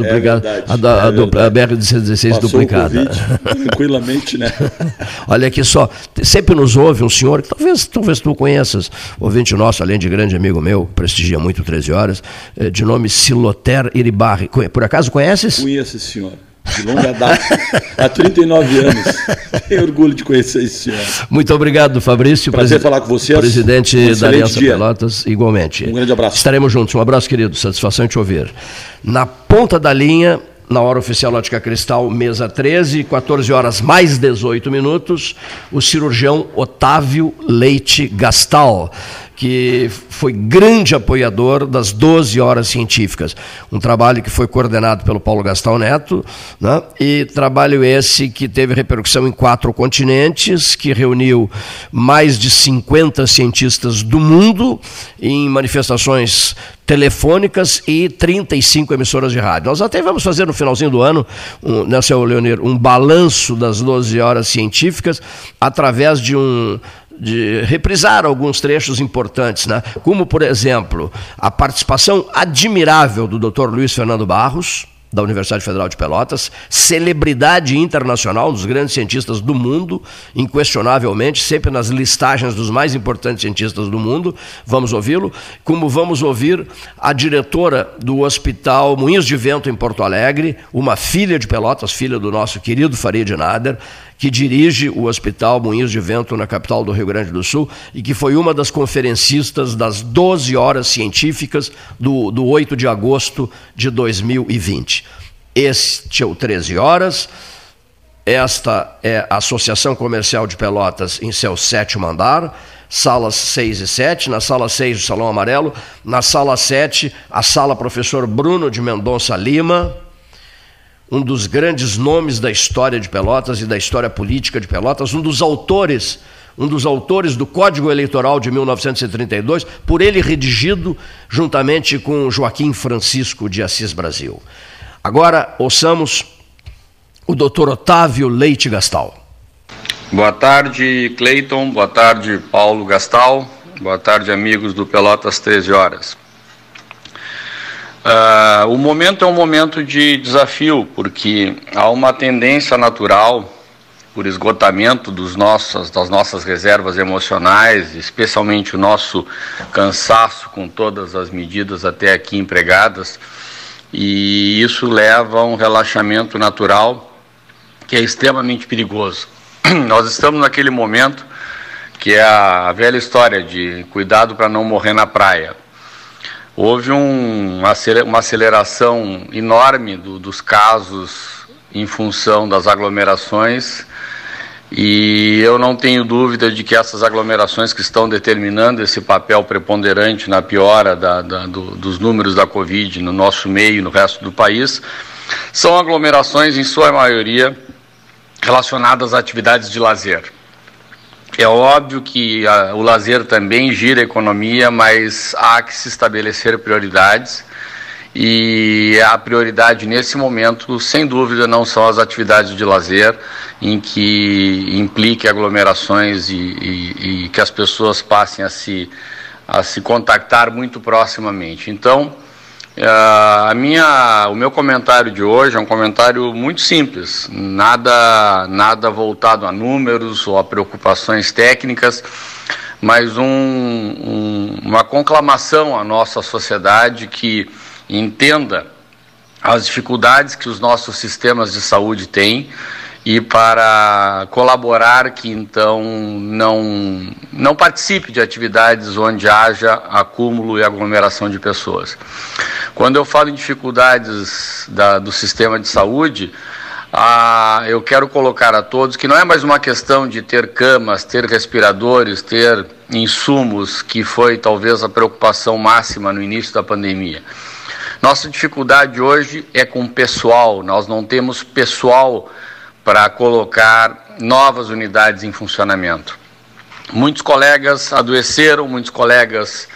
BR-116 duplicada.
Tranquilamente, né?
Olha aqui só, sempre nos ouve um senhor que talvez tu conheças, ouvinte nosso, além de grande amigo meu, prestigia muito 13 Horas, de nome Siloter Iribarri. Por acaso conheces?
Conheço esse senhor, de longa data, há 39 anos. Tenho orgulho de conhecer esse senhor.
Muito obrigado, Fabrício.
Prazer falar com vocês.
Presidente da Aliança Pelotas, igualmente.
Um grande abraço.
Estaremos juntos. Um abraço, querido. Satisfação em te ouvir. Na ponta da linha, na hora oficial Ótica Cristal, mesa 13, 14 horas mais 18 minutos, o cirurgião Otávio Leite Gastal, que foi grande apoiador das 12 horas científicas. Um trabalho que foi coordenado pelo Paulo Gastal Neto, né? E trabalho esse que teve repercussão em 4 continentes, que reuniu mais de 50 cientistas do mundo em manifestações telefônicas e 35 emissoras de rádio. Nós até vamos fazer no finalzinho do ano, né, seu Leonir, um balanço das 12 horas científicas através de reprisar alguns trechos importantes, né? Como, por exemplo, a participação admirável do Dr. Luiz Fernando Barros, da Universidade Federal de Pelotas, celebridade internacional, um dos grandes cientistas do mundo, inquestionavelmente, sempre nas listagens dos mais importantes cientistas do mundo. Vamos ouvi-lo, como vamos ouvir a diretora do Hospital Moinhos de Vento em Porto Alegre, uma filha de Pelotas, filha do nosso querido Farid Nader, que dirige o Hospital Moinhos de Vento na capital do Rio Grande do Sul e que foi uma das conferencistas das 12 horas científicas do 8 de agosto de 2020. Este é o 13 Horas, esta é a Associação Comercial de Pelotas em seu 7º andar, salas 6 e 7, na sala 6 o Salão Amarelo, na sala 7 a sala Professor Bruno de Mendonça Lima, um dos grandes nomes da história de Pelotas e da história política de Pelotas, um dos autores do Código Eleitoral de 1932, por ele redigido juntamente com Joaquim Francisco de Assis Brasil. Agora, ouçamos o Dr. Otávio Leite Gastal.
Boa tarde, Cleiton. Boa tarde, Paulo Gastal. Boa tarde, amigos do Pelotas 13 Horas. O momento é um momento de desafio, porque há uma tendência natural por esgotamento das nossas reservas emocionais, especialmente o nosso cansaço com todas as medidas até aqui empregadas, e isso leva a um relaxamento natural que é extremamente perigoso. Nós estamos naquele momento que é a velha história de cuidado para não morrer na praia. Houve uma aceleração enorme dos casos em função das aglomerações e eu não tenho dúvida de que essas aglomerações que estão determinando esse papel preponderante na piora dos números da Covid no nosso meio e no resto do país são aglomerações, em sua maioria, relacionadas a atividades de lazer. É óbvio que o lazer também gira a economia, mas há que se estabelecer prioridades e a prioridade nesse momento, sem dúvida, não são as atividades de lazer em que implique aglomerações e que as pessoas passem a se contactar muito proximamente. Então, o meu comentário de hoje é um comentário muito simples, nada voltado a números ou a preocupações técnicas, mas uma conclamação à nossa sociedade que entenda as dificuldades que os nossos sistemas de saúde têm e para colaborar que então não participe de atividades onde haja acúmulo e aglomeração de pessoas. Quando eu falo em dificuldades do sistema de saúde, eu quero colocar a todos que não é mais uma questão de ter camas, ter respiradores, ter insumos, que foi talvez a preocupação máxima no início da pandemia. Nossa dificuldade hoje é com pessoal, nós não temos pessoal para colocar novas unidades em funcionamento. Muitos colegas adoeceram, muitos colegas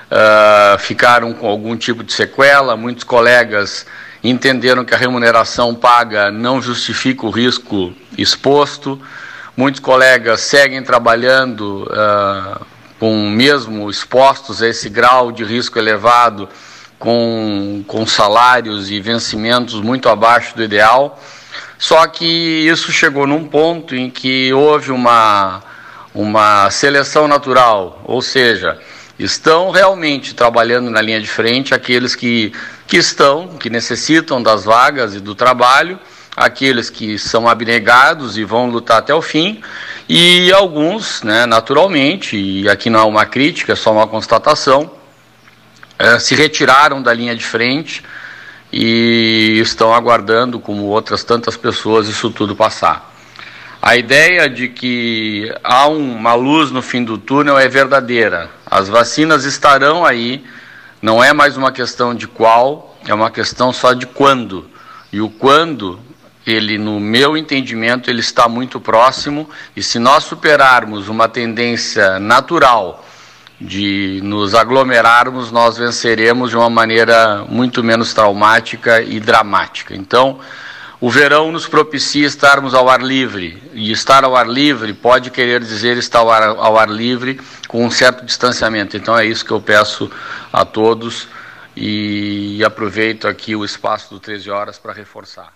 ficaram com algum tipo de sequela, muitos colegas entenderam que a remuneração paga não justifica o risco exposto, muitos colegas seguem trabalhando mesmo expostos a esse grau de risco elevado, com salários e vencimentos muito abaixo do ideal, só que isso chegou num ponto em que houve uma seleção natural, ou seja, estão realmente trabalhando na linha de frente aqueles que necessitam das vagas e do trabalho, aqueles que são abnegados e vão lutar até o fim, e alguns, né, naturalmente, e aqui não é uma crítica, é só uma constatação, se retiraram da linha de frente e estão aguardando, como outras tantas pessoas, isso tudo passar. A ideia de que há uma luz no fim do túnel é verdadeira. As vacinas estarão aí, não é mais uma questão de qual, é uma questão só de quando. E o quando, ele, no meu entendimento, ele está muito próximo, e se nós superarmos uma tendência natural de nos aglomerarmos, nós venceremos de uma maneira muito menos traumática e dramática. Então, o verão nos propicia estarmos ao ar livre, e estar ao ar livre pode querer dizer estar ao ar livre com um certo distanciamento. Então é isso que eu peço a todos, e aproveito aqui o espaço do 13 horas para reforçar.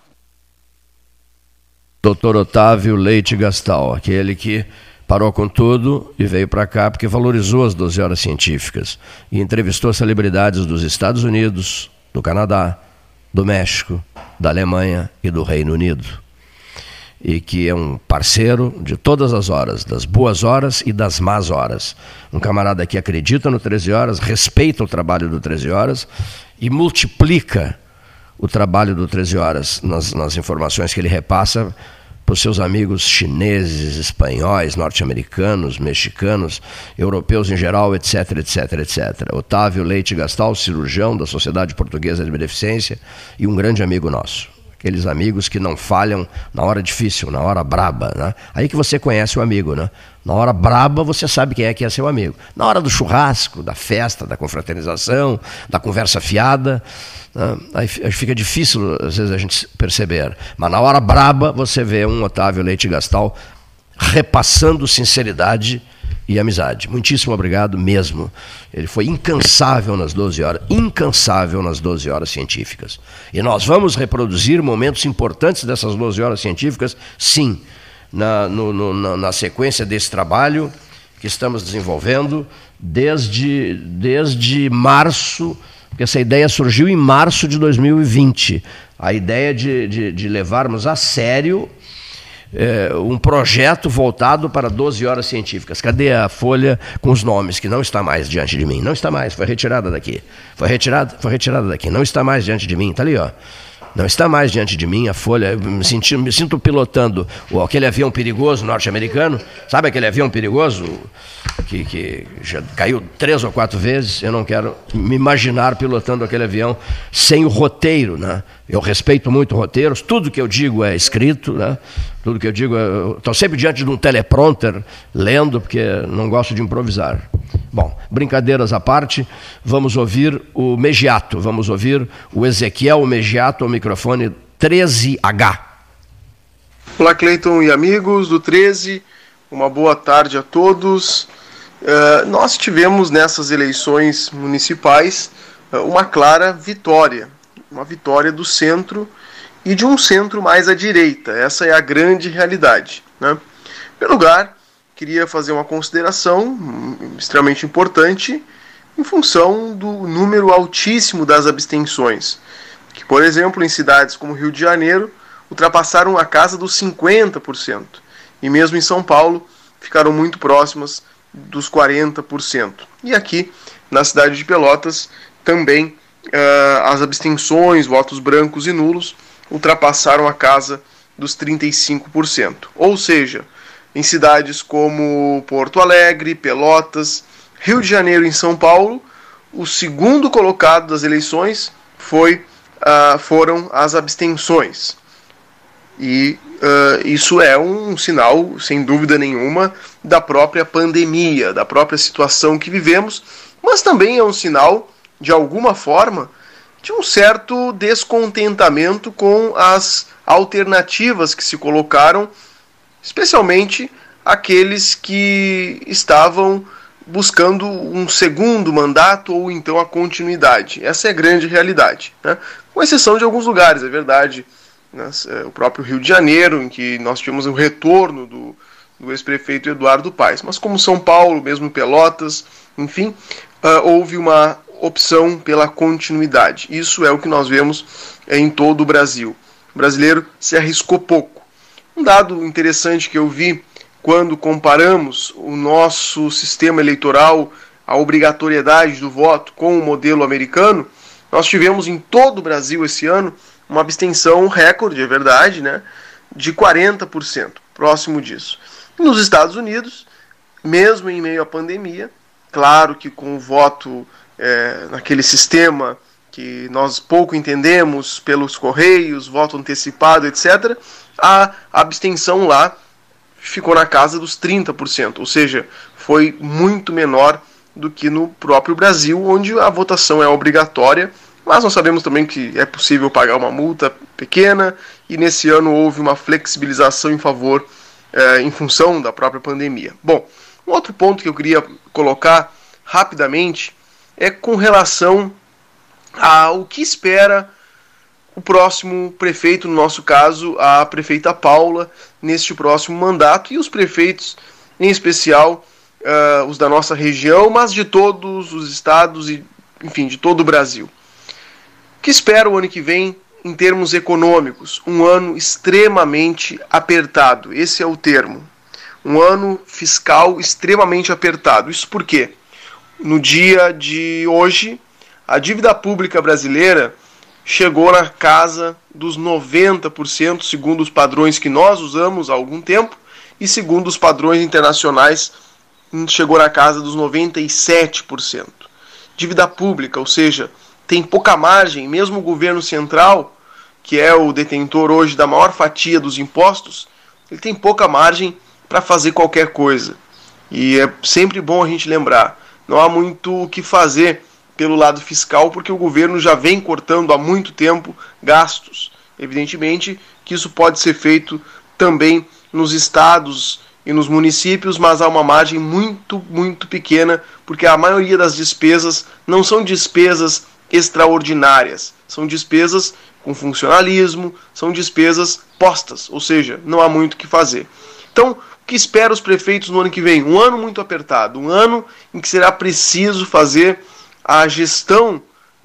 Dr. Otávio Leite Gastal, aquele que parou com tudo e veio para cá porque valorizou as 12 horas científicas e entrevistou celebridades dos Estados Unidos, do Canadá, do México, da Alemanha e do Reino Unido. E que é um parceiro de todas as horas, das boas horas e das más horas. Um camarada que acredita no 13 horas, respeita o trabalho do 13 horas e multiplica o trabalho do 13 horas nas informações que ele repassa para os seus amigos chineses, espanhóis, norte-americanos, mexicanos, europeus em geral, etc, etc, etc. Otávio Leite Gastal, cirurgião da Sociedade Portuguesa de Beneficência e um grande amigo nosso. Aqueles amigos que não falham na hora difícil, na hora braba, né? Aí que você conhece o amigo, né? Na hora braba você sabe quem é que é seu amigo. Na hora do churrasco, da festa, da confraternização, da conversa fiada, aí fica difícil às vezes a gente perceber, mas na hora braba você vê um Otávio Leite Gastal repassando sinceridade e amizade. Muitíssimo obrigado mesmo. Ele foi incansável nas 12 horas científicas. E nós vamos reproduzir momentos importantes dessas 12 horas científicas, sim, na sequência desse trabalho que estamos desenvolvendo desde março, porque essa ideia surgiu em março de 2020. A ideia de levarmos a sério um projeto voltado para 12 horas científicas. Cadê a folha com os nomes, que não está mais diante de mim? Não está mais, foi retirada daqui. Foi retirada daqui, não está mais diante de mim, está ali, ó. Não está mais diante de mim a folha. Eu me sinto pilotando aquele avião perigoso norte-americano. Sabe aquele avião perigoso que já caiu 3 ou 4 vezes? Eu não quero me imaginar pilotando aquele avião sem o roteiro, né? Eu respeito muito roteiros. Tudo que eu digo é escrito, né? Tudo que eu digo, estou sempre diante de um teleprompter lendo, porque não gosto de improvisar. Bom, brincadeiras à parte, vamos ouvir o Megiato, vamos ouvir o Ezequiel Megiato ao microfone 13H.
Olá, Cleiton e amigos do 13, uma boa tarde a todos. Nós tivemos nessas eleições municipais uma clara vitória, uma vitória do centro e de um centro mais à direita. Essa é a grande realidade, né? Em primeiro lugar, queria fazer uma consideração extremamente importante em função do número altíssimo das abstenções, que, por exemplo, em cidades como Rio de Janeiro, ultrapassaram a casa dos 50%, e mesmo em São Paulo, ficaram muito próximas dos 40%. E aqui, na cidade de Pelotas, também as abstenções, votos brancos e nulos, ultrapassaram a casa dos 35%. Ou seja, em cidades como Porto Alegre, Pelotas, Rio de Janeiro e em São Paulo, o segundo colocado das eleições foram as abstenções. E isso é um sinal, sem dúvida nenhuma, da própria pandemia, da própria situação que vivemos, mas também é um sinal, de alguma forma, de um certo descontentamento com as alternativas que se colocaram, especialmente aqueles que estavam buscando um segundo mandato ou então a continuidade. Essa é a grande realidade, né? Com exceção de alguns lugares, é verdade, né? O próprio Rio de Janeiro, em que nós tivemos o retorno do ex-prefeito Eduardo Paes. Mas como São Paulo, mesmo Pelotas, enfim, houve uma opção pela continuidade. Isso é o que nós vemos em todo o Brasil. O brasileiro se arriscou pouco. Um dado interessante que eu vi quando comparamos o nosso sistema eleitoral, a obrigatoriedade do voto com o modelo americano, nós tivemos em todo o Brasil esse ano uma abstenção recorde, é verdade, né, de 40%, próximo disso. Nos Estados Unidos, mesmo em meio à pandemia, claro que com o voto naquele sistema que nós pouco entendemos, pelos correios, voto antecipado, etc., a abstenção lá ficou na casa dos 30%, ou seja, foi muito menor do que no próprio Brasil, onde a votação é obrigatória, mas nós sabemos também que é possível pagar uma multa pequena, e nesse ano houve uma flexibilização em favor, em função da própria pandemia. Bom, um outro ponto que eu queria colocar rapidamente é com relação ao que espera o próximo prefeito, no nosso caso, a prefeita Paula, neste próximo mandato, e os prefeitos, em especial, os da nossa região, mas de todos os estados e, enfim, de todo o Brasil. O que espera o ano que vem, em termos econômicos? Um ano extremamente apertado, esse é o termo. Um ano fiscal extremamente apertado. Isso por quê? No dia de hoje, a dívida pública brasileira chegou na casa dos 90%, segundo os padrões que nós usamos há algum tempo, e segundo os padrões internacionais, chegou na casa dos 97%. Dívida pública, ou seja, tem pouca margem, mesmo o governo central, que é o detentor hoje da maior fatia dos impostos, ele tem pouca margem para fazer qualquer coisa. E é sempre bom a gente lembrar, não há muito o que fazer pelo lado fiscal, porque o governo já vem cortando há muito tempo gastos. Evidentemente que isso pode ser feito também nos estados e nos municípios, mas há uma margem muito, muito pequena, porque a maioria das despesas não são despesas extraordinárias, são despesas com funcionalismo, são despesas postas, ou seja, não há muito o que fazer. Então, o que espera os prefeitos no ano que vem? Um ano muito apertado, um ano em que será preciso fazer a gestão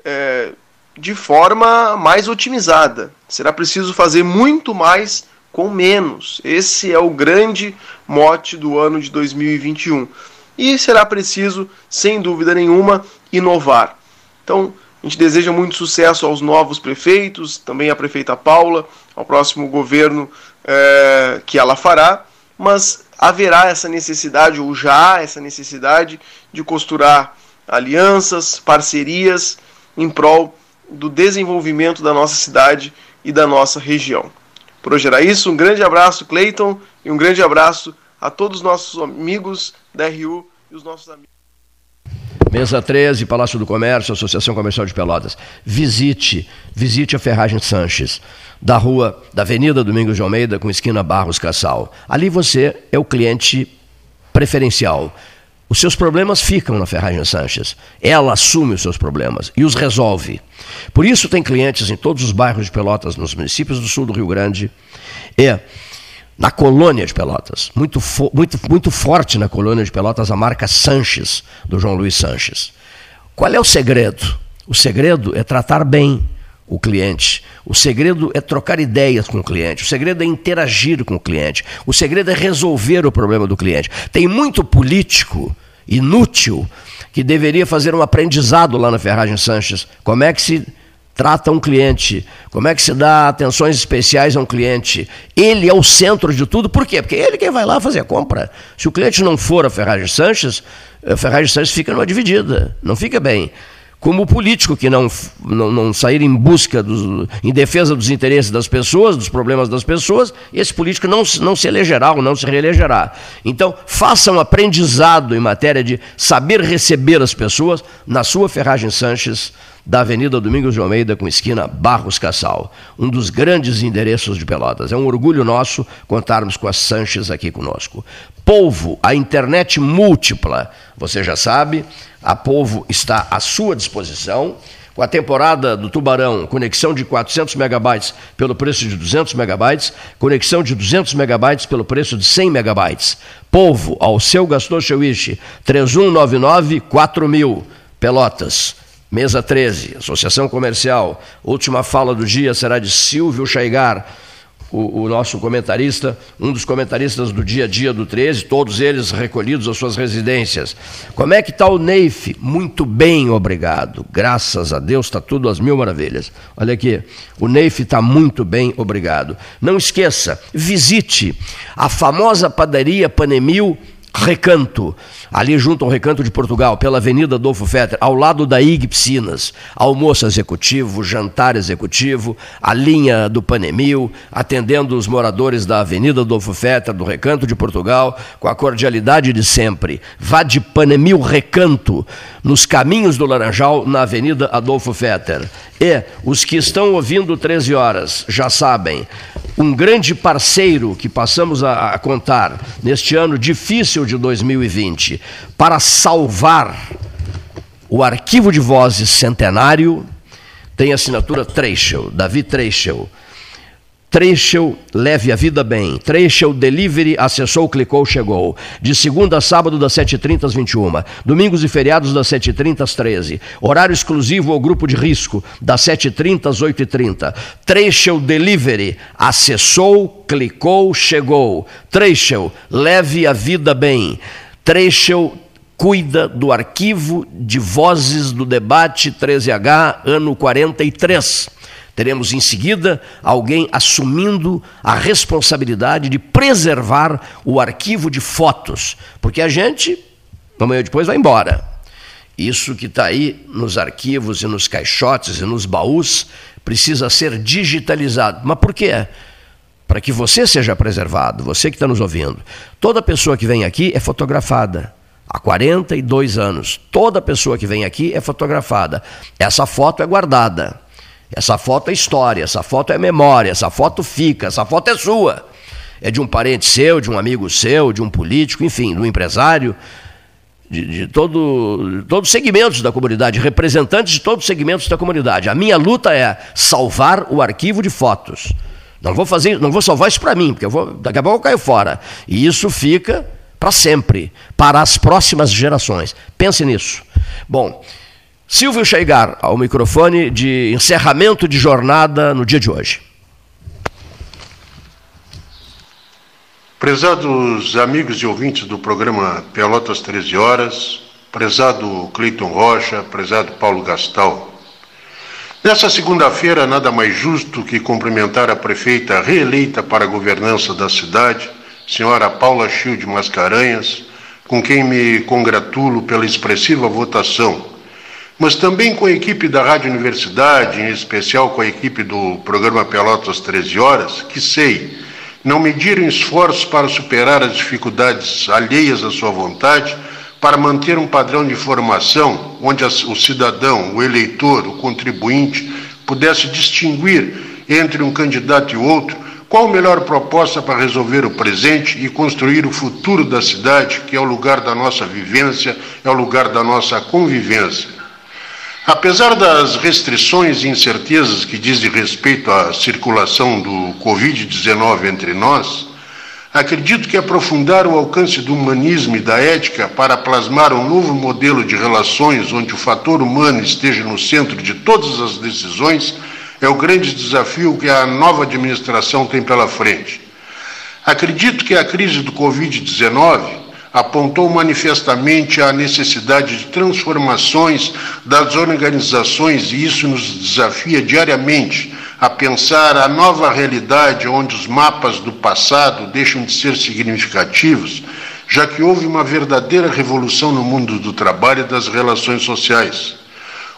de forma mais otimizada. Será preciso fazer muito mais com menos. Esse é o grande mote do ano de 2021. E será preciso, sem dúvida nenhuma, inovar. Então, a gente deseja muito sucesso aos novos prefeitos, também à prefeita Paula, ao próximo governo que ela fará, mas haverá essa necessidade, ou já há essa necessidade, de costurar alianças, parcerias em prol do desenvolvimento da nossa cidade e da nossa região. Por hoje era isso, um grande abraço, Cleiton, e um grande abraço a todos os nossos amigos da RU e os nossos amigos.
Mesa 13, Palácio do Comércio, Associação Comercial de Pelotas. Visite a Ferragem Sanches, da Avenida Domingos de Almeida, com esquina Barros Cassal. Ali você é o cliente preferencial. Os seus problemas ficam na Ferragem Sanches. Ela assume os seus problemas e os resolve. Por isso tem clientes em todos os bairros de Pelotas, nos municípios do sul do Rio Grande e na colônia de Pelotas. Muito forte na colônia de Pelotas a marca Sanches, do João Luiz Sanches. Qual é o segredo? O segredo é tratar bem o cliente. O segredo é trocar ideias com o cliente. O segredo é interagir com o cliente. O segredo é resolver o problema do cliente. Tem muito político inútil que deveria fazer um aprendizado lá na Ferragem Sanches. Como é que se trata um cliente? Como é que se dá atenções especiais a um cliente? Ele é o centro de tudo. Por quê? Porque é ele quem vai lá fazer a compra. Se o cliente não for a Ferragem Sanches fica numa dividida. Não fica bem. como o político que não sair em busca, em defesa dos interesses das pessoas, dos problemas das pessoas, esse político não se elegerá ou não se reelegerá. Então, faça um aprendizado em matéria de saber receber as pessoas na sua Ferragem Sanches, da Avenida Domingos de Almeida, com esquina Barros Cassal, um dos grandes endereços de Pelotas. É um orgulho nosso contarmos com a Sanches aqui conosco. Polvo, a internet múltipla, você já sabe, a Polvo está à sua disposição, com a temporada do Tubarão, conexão de 400 megabytes pelo preço de 200 megabytes, conexão de 200 megabytes pelo preço de 100 megabytes. Polvo, ao seu Gaston Cheuiche, 3199-4000, Pelotas. Mesa 13, Associação Comercial. Última fala do dia será de Silvio Chaigar, o nosso comentarista, um dos comentaristas do dia a dia do 13, todos eles recolhidos às suas residências. Como é que está o Neif? Muito bem, obrigado. Graças a Deus, está tudo às mil maravilhas. Olha aqui, o Neif está muito bem, obrigado. Não esqueça, visite a famosa padaria Panemil Recanto, ali junto ao Recanto de Portugal, pela Avenida Adolfo Fetter, ao lado da IG Piscinas. Almoço executivo, jantar executivo, a linha do Panemil, atendendo os moradores da Avenida Adolfo Fetter, do Recanto de Portugal, com a cordialidade de sempre. Vá de Panemil Recanto, nos caminhos do Laranjal, na Avenida Adolfo Fetter. E os que estão ouvindo 13 horas já sabem, um grande parceiro que passamos a contar neste ano difícil de 2020 para salvar o arquivo de vozes centenário tem a assinatura Treichel, Davi Treichel. Treichel, leve a vida bem. Treichel Delivery, acessou, clicou, chegou. De segunda a sábado, das 7h30 às 21h. Domingos e feriados, das 7h30 às 13h. Horário exclusivo ao grupo de risco, das 7h30 às 8h30. Treichel Delivery, acessou, clicou, chegou. Treichel, leve a vida bem. Treichel cuida do arquivo de vozes do debate 13H, ano 43. Teremos em seguida alguém assumindo a responsabilidade de preservar o arquivo de fotos, porque a gente, amanhã depois, vai embora. Isso que está aí nos arquivos e nos caixotes e nos baús precisa ser digitalizado. Mas por quê? Para que você seja preservado, você que está nos ouvindo. Toda pessoa que vem aqui é fotografada. Há 42 anos. Toda pessoa que vem aqui é fotografada. Essa foto é guardada. Essa foto é história, essa foto é memória, essa foto fica, essa foto é sua. É de um parente seu, de um amigo seu, de um político, enfim, de um empresário, de todos os segmentos da comunidade, representantes de todos os segmentos da comunidade. A minha luta é salvar o arquivo de fotos. Não vou salvar isso para mim, porque daqui a pouco eu caio fora. E isso fica para sempre, para as próximas gerações. Pense nisso. Bom, Silvio Chaigar, ao microfone de encerramento de jornada no dia de hoje.
Prezados amigos e ouvintes do programa Pelotas 13 Horas, prezado Cleiton Rocha, prezado Paulo Gastal. Nessa segunda-feira, nada mais justo que cumprimentar a prefeita reeleita para a governança da cidade, senhora Paula Schild Mascarenhas, com quem me congratulo pela expressiva votação, mas também com a equipe da Rádio Universidade, em especial com a equipe do programa Pelotas 13 Horas, que sei, não mediram esforços para superar as dificuldades alheias à sua vontade, para manter um padrão de formação onde o cidadão, o eleitor, o contribuinte, pudesse distinguir entre um candidato e outro qual a melhor proposta para resolver o presente e construir o futuro da cidade, que é o lugar da nossa vivência, é o lugar da nossa convivência. Apesar das restrições e incertezas que dizem respeito à circulação do Covid-19 entre nós, acredito que aprofundar o alcance do humanismo e da ética para plasmar um novo modelo de relações onde o fator humano esteja no centro de todas as decisões é o grande desafio que a nova administração tem pela frente. Acredito que a crise do Covid-19 apontou manifestamente a necessidade de transformações das organizações e isso nos desafia diariamente a pensar a nova realidade onde os mapas do passado deixam de ser significativos, já que houve uma verdadeira revolução no mundo do trabalho e das relações sociais.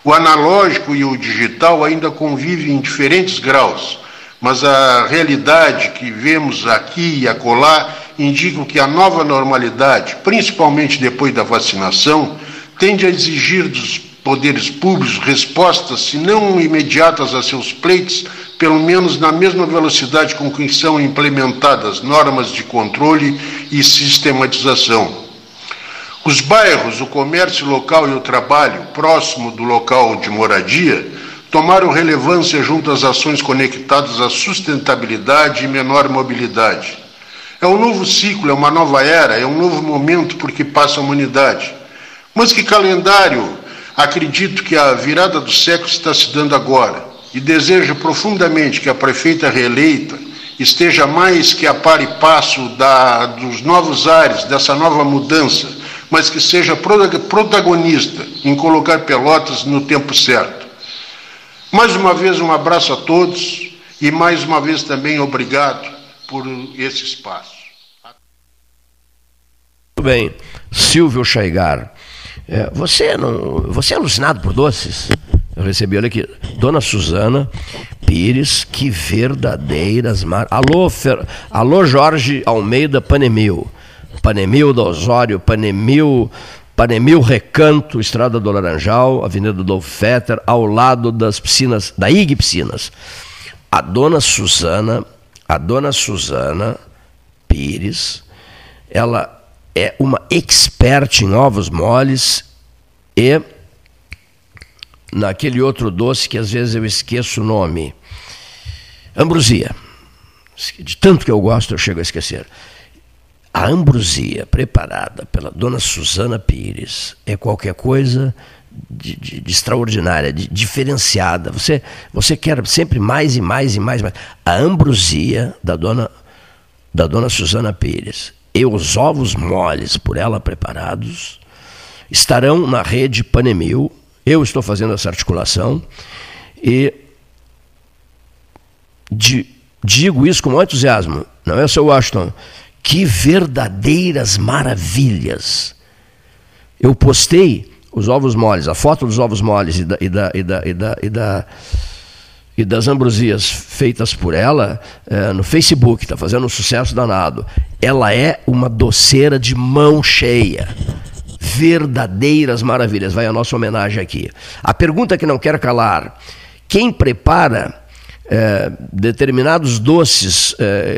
O analógico e o digital ainda convivem em diferentes graus, mas a realidade que vemos aqui e acolá indicam que a nova normalidade, principalmente depois da vacinação, tende a exigir dos poderes públicos respostas, se não imediatas a seus pleitos, pelo menos na mesma velocidade com que são implementadas normas de controle e sistematização. Os bairros, o comércio local e o trabalho próximo do local de moradia tomaram relevância junto às ações conectadas à sustentabilidade e menor mobilidade. É um novo ciclo, é uma nova era, é um novo momento por que passa a humanidade. Mas que calendário? Acredito que a virada do século está se dando agora e desejo profundamente que a prefeita reeleita esteja mais que a par e passo dos novos ares, dessa nova mudança, mas que seja protagonista em colocar Pelotas no tempo certo. Mais uma vez, um abraço a todos e mais uma vez também obrigado por esse espaço.
Muito bem. Silvio Chaigar, você é alucinado por doces? Eu recebi, olha aqui, Dona Suzana Pires, que verdadeiras Alô, Jorge Almeida Panemil. Panemil do Osório, Panemil Recanto, Estrada do Laranjal, Avenida do Fetter, ao lado das piscinas, da IG Piscinas. A Dona Suzana Pires, ela é uma expert em ovos moles e naquele outro doce que às vezes eu esqueço o nome, ambrosia. De tanto que eu gosto, eu chego a esquecer. A ambrosia preparada pela Dona Suzana Pires é qualquer coisa de extraordinária, de diferenciada. Você quer sempre mais e mais e mais. A ambrosia da Dona Suzana Pires e os ovos moles por ela preparados estarão na rede Panemil. Eu estou fazendo essa articulação e digo isso com muito entusiasmo. Não é, Sr. Washington? Que verdadeiras maravilhas! Eu postei os ovos moles, a foto dos ovos moles e das ambrosias feitas por ela no Facebook, está fazendo um sucesso danado. Ela é uma doceira de mão cheia. Verdadeiras maravilhas. Vai a nossa homenagem aqui. A pergunta que não quer calar: quem prepara determinados doces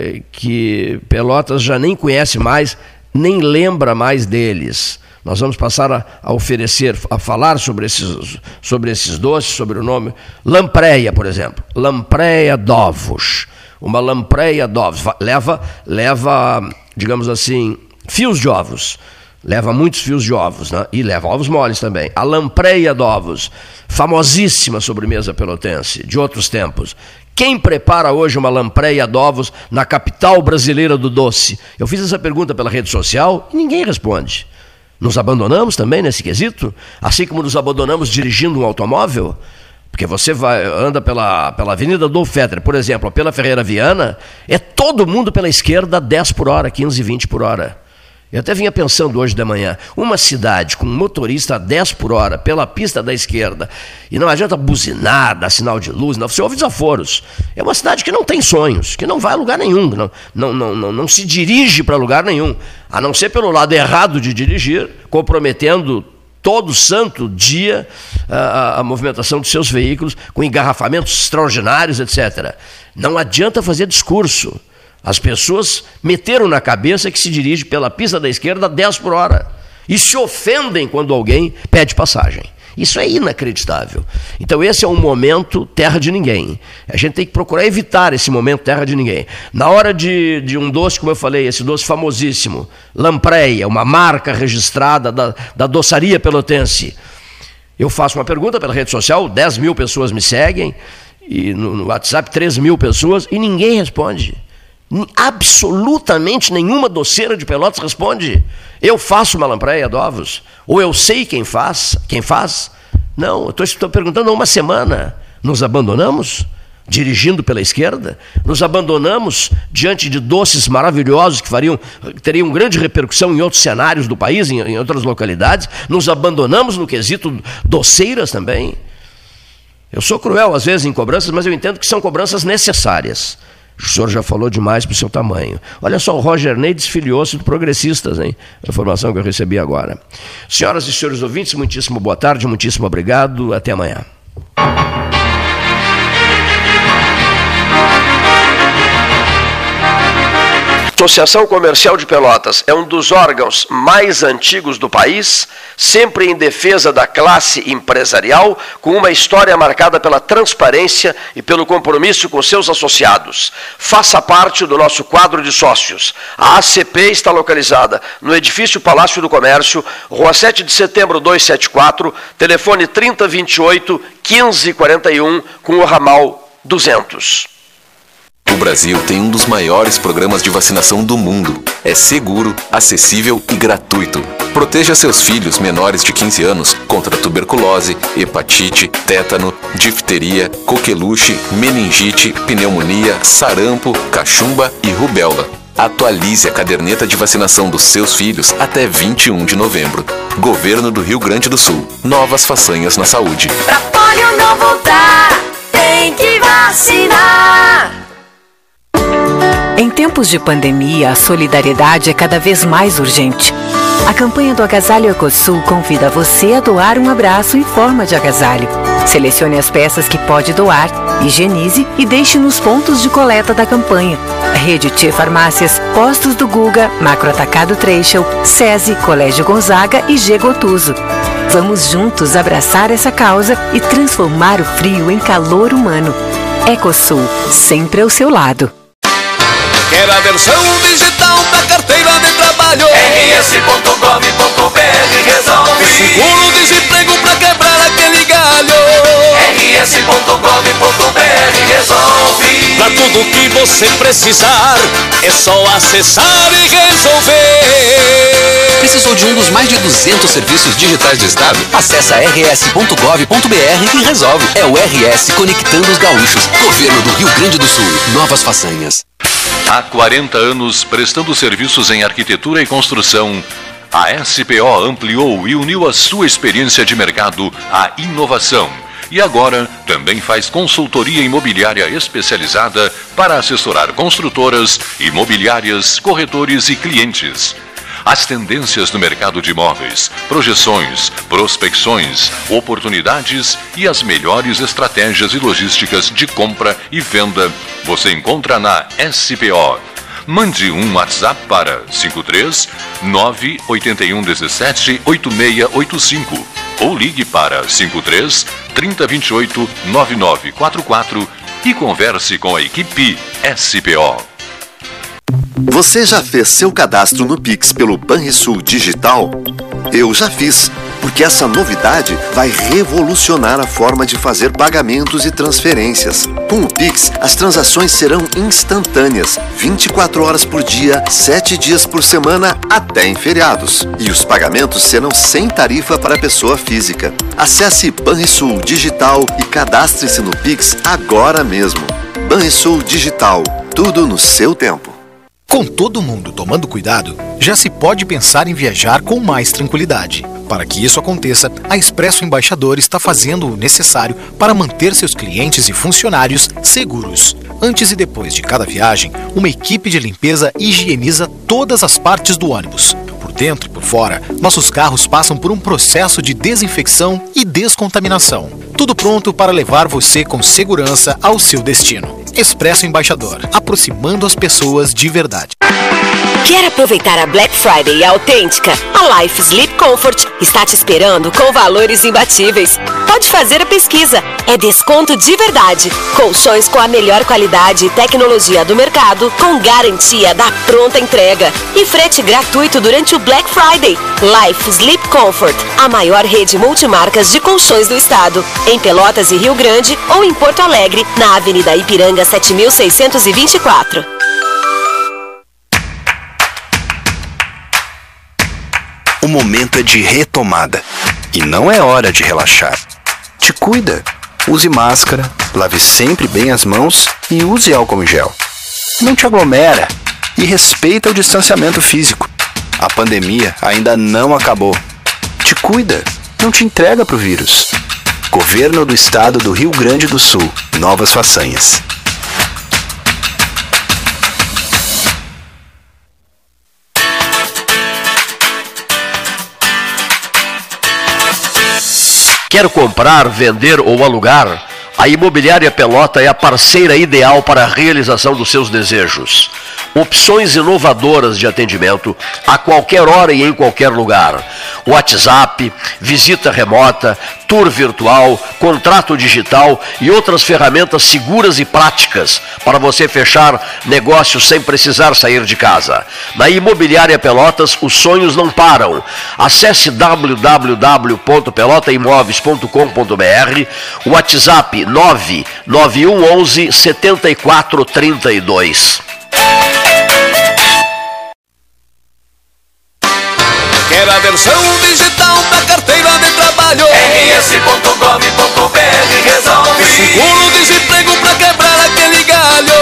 que Pelotas já nem conhece mais, nem lembra mais deles? Nós vamos passar a oferecer, a falar sobre esses doces, sobre o nome. Lampreia, por exemplo. Lampreia d'ovos. Uma lampreia d'ovos. Leva, digamos assim, fios de ovos. Leva muitos fios de ovos, né? E leva ovos moles também. A lampreia d'ovos, famosíssima sobremesa pelotense, de outros tempos. Quem prepara hoje uma lampreia d'ovos na capital brasileira do doce? Eu fiz essa pergunta pela rede social e ninguém responde. Nos abandonamos também nesse quesito? Assim como nos abandonamos dirigindo um automóvel? Porque você anda pela Avenida do Fetter, por exemplo, pela Ferreira Viana, é todo mundo pela esquerda 10 por hora, 15, 20 por hora. Eu até vinha pensando hoje de manhã, uma cidade com um motorista a 10 por hora pela pista da esquerda, e não adianta buzinar, dar sinal de luz, não, você ouve desaforos. É uma cidade que não tem sonhos, que não vai a lugar nenhum, não se dirige para lugar nenhum, a não ser pelo lado errado de dirigir, comprometendo todo santo dia a movimentação de seus veículos, com engarrafamentos extraordinários, etc. Não adianta fazer discurso. As pessoas meteram na cabeça que se dirige pela pista da esquerda a 10 por hora e se ofendem quando alguém pede passagem. Isso é inacreditável. Então esse é um momento terra de ninguém. A gente tem que procurar evitar esse momento terra de ninguém. Na hora de um doce, como eu falei, esse doce famosíssimo, Lampreia, uma marca registrada da doçaria pelotense, eu faço uma pergunta pela rede social, 10 mil pessoas me seguem, e no WhatsApp 3 mil pessoas, e ninguém responde. Absolutamente nenhuma doceira de Pelotas responde. Eu faço uma lampreia de ovos? Ou eu sei quem faz? Não, eu estou perguntando há uma semana. Nos abandonamos? Dirigindo pela esquerda? Nos abandonamos diante de doces maravilhosos que teriam grande repercussão em outros cenários do país, em outras localidades? Nos abandonamos no quesito doceiras também? Eu sou cruel às vezes em cobranças, mas eu entendo que são cobranças necessárias. O senhor já falou demais para o seu tamanho. Olha só, o Roger Ney desfiliou-se do Progressistas, hein? A informação que eu recebi agora. Senhoras e senhores ouvintes, muitíssimo boa tarde, muitíssimo obrigado. Até amanhã. A Associação Comercial de Pelotas é um dos órgãos mais antigos do país, sempre em defesa da classe empresarial, com uma história marcada pela transparência e pelo compromisso com seus associados. Faça parte do nosso quadro de sócios. A ACP está localizada no edifício Palácio do Comércio, Rua 7 de Setembro 274, telefone 3028-1541, com o ramal 200.
O Brasil tem um dos maiores programas de vacinação do mundo. É seguro, acessível e gratuito. Proteja seus filhos menores de 15 anos contra tuberculose, hepatite, tétano, difteria, coqueluche, meningite, pneumonia, sarampo, cachumba e rubéola. Atualize a caderneta de vacinação dos seus filhos até 21 de novembro. Governo do Rio Grande do Sul. Novas façanhas na saúde.
Pra polio não voltar, tem que vacinar.
Em tempos de pandemia, a solidariedade é cada vez mais urgente. A campanha do Agasalho Ecosul convida você a doar um abraço em forma de agasalho. Selecione as peças que pode doar, higienize e deixe nos pontos de coleta da campanha. Rede T Farmácias, Postos do Guga, Macro Atacado Treixel, SESI, Colégio Gonzaga e G Gotuso. Vamos juntos abraçar essa causa e transformar o frio em calor humano. Ecosul, sempre ao seu lado.
Quer a versão digital da carteira de trabalho? rs.gov.br resolve. Seguro-desemprego pra quebrar aquele galho. rs.gov.br resolve. Pra tudo que você precisar, é só acessar e resolver.
Precisou de um dos mais de 200 serviços digitais do Estado? Acesse rs.gov.br e resolve. É o RS Conectando os Gaúchos. Governo do Rio Grande do Sul. Novas façanhas.
Há 40 anos prestando serviços em arquitetura e construção, a SPO ampliou e uniu a sua experiência de mercado à inovação. E agora também faz consultoria imobiliária especializada para assessorar construtoras, imobiliárias, corretores e clientes. As tendências no mercado de imóveis, projeções, prospecções, oportunidades e as melhores estratégias e logísticas de compra e venda você encontra na SPO. Mande um WhatsApp para 53 981 17 8685 ou ligue para 53 3028 9944 e converse com a equipe SPO.
Você já fez seu cadastro no Pix pelo Banrisul Digital? Eu já fiz, porque essa novidade vai revolucionar a forma de fazer pagamentos e transferências. Com o Pix, as transações serão instantâneas, 24 horas por dia, 7 dias por semana, até em feriados. E os pagamentos serão sem tarifa para a pessoa física. Acesse Banrisul Digital e cadastre-se no Pix agora mesmo. Banrisul Digital, tudo no seu tempo.
Com todo mundo tomando cuidado, já se pode pensar em viajar com mais tranquilidade. Para que isso aconteça, a Expresso Embaixador está fazendo o necessário para manter seus clientes e funcionários seguros. Antes e depois de cada viagem, uma equipe de limpeza higieniza todas as partes do ônibus. Por dentro e por fora, nossos carros passam por um processo de desinfecção e descontaminação. Tudo pronto para levar você com segurança ao seu destino. Expresso Embaixador, aproximando as pessoas de verdade.
Quer aproveitar a Black Friday autêntica? A Life Sleep Comfort está te esperando com valores imbatíveis. Pode fazer a pesquisa. É desconto de verdade. Colchões com a melhor qualidade e tecnologia do mercado, com garantia da pronta entrega. E frete gratuito durante o Black Friday. Life Sleep Comfort, a maior rede multimarcas de colchões do estado. Em Pelotas e Rio Grande ou em Porto Alegre, na Avenida Ipiranga 7624.
O momento é de retomada e não é hora de relaxar. Te cuida, use máscara, lave sempre bem as mãos e use álcool em gel. Não te aglomera e respeita o distanciamento físico. A pandemia ainda não acabou. Te cuida, não te entrega pro vírus. Governo do Estado do Rio Grande do Sul. Novas façanhas.
Quer comprar, vender ou alugar? A Imobiliária Pelota é a parceira ideal para a realização dos seus desejos. Opções inovadoras de atendimento a qualquer hora e em qualquer lugar. WhatsApp, visita remota, tour virtual, contrato digital e outras ferramentas seguras e práticas para você fechar negócios sem precisar sair de casa. Na Imobiliária Pelotas, os sonhos não param. Acesse www.pelotaimoveis.com.br, WhatsApp 99111 7432.
Quer a versão digital da carteira de trabalho? rs.gov.br resolve. Seguro-desemprego pra quebrar aquele galho?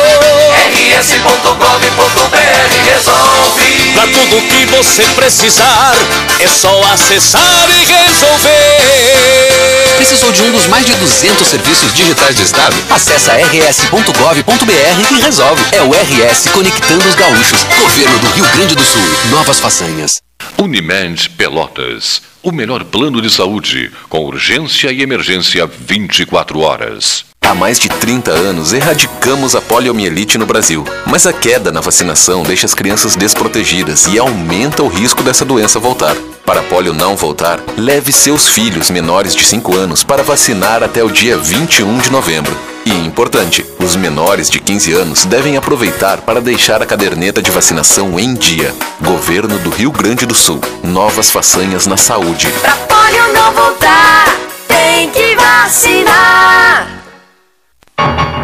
rs.gov.br resolve. Pra tudo que você precisar, é só acessar e resolver.
Precisou de um dos mais de 200 serviços digitais do Estado? Acesse rs.gov.br e resolve. É o RS conectando os gaúchos. Governo do Rio Grande do Sul. Novas façanhas.
Unimed Pelotas, o melhor plano de saúde, com urgência e emergência 24 horas.
Há mais de 30 anos, erradicamos a poliomielite no Brasil. Mas a queda na vacinação deixa as crianças desprotegidas e aumenta o risco dessa doença voltar. Para a polio não voltar, leve seus filhos menores de 5 anos para vacinar até o dia 21 de novembro. E importante, os menores de 15 anos devem aproveitar para deixar a caderneta de vacinação em dia. Governo do Rio Grande do Sul. Novas façanhas na saúde.
Pra polio não voltar, tem que vacinar.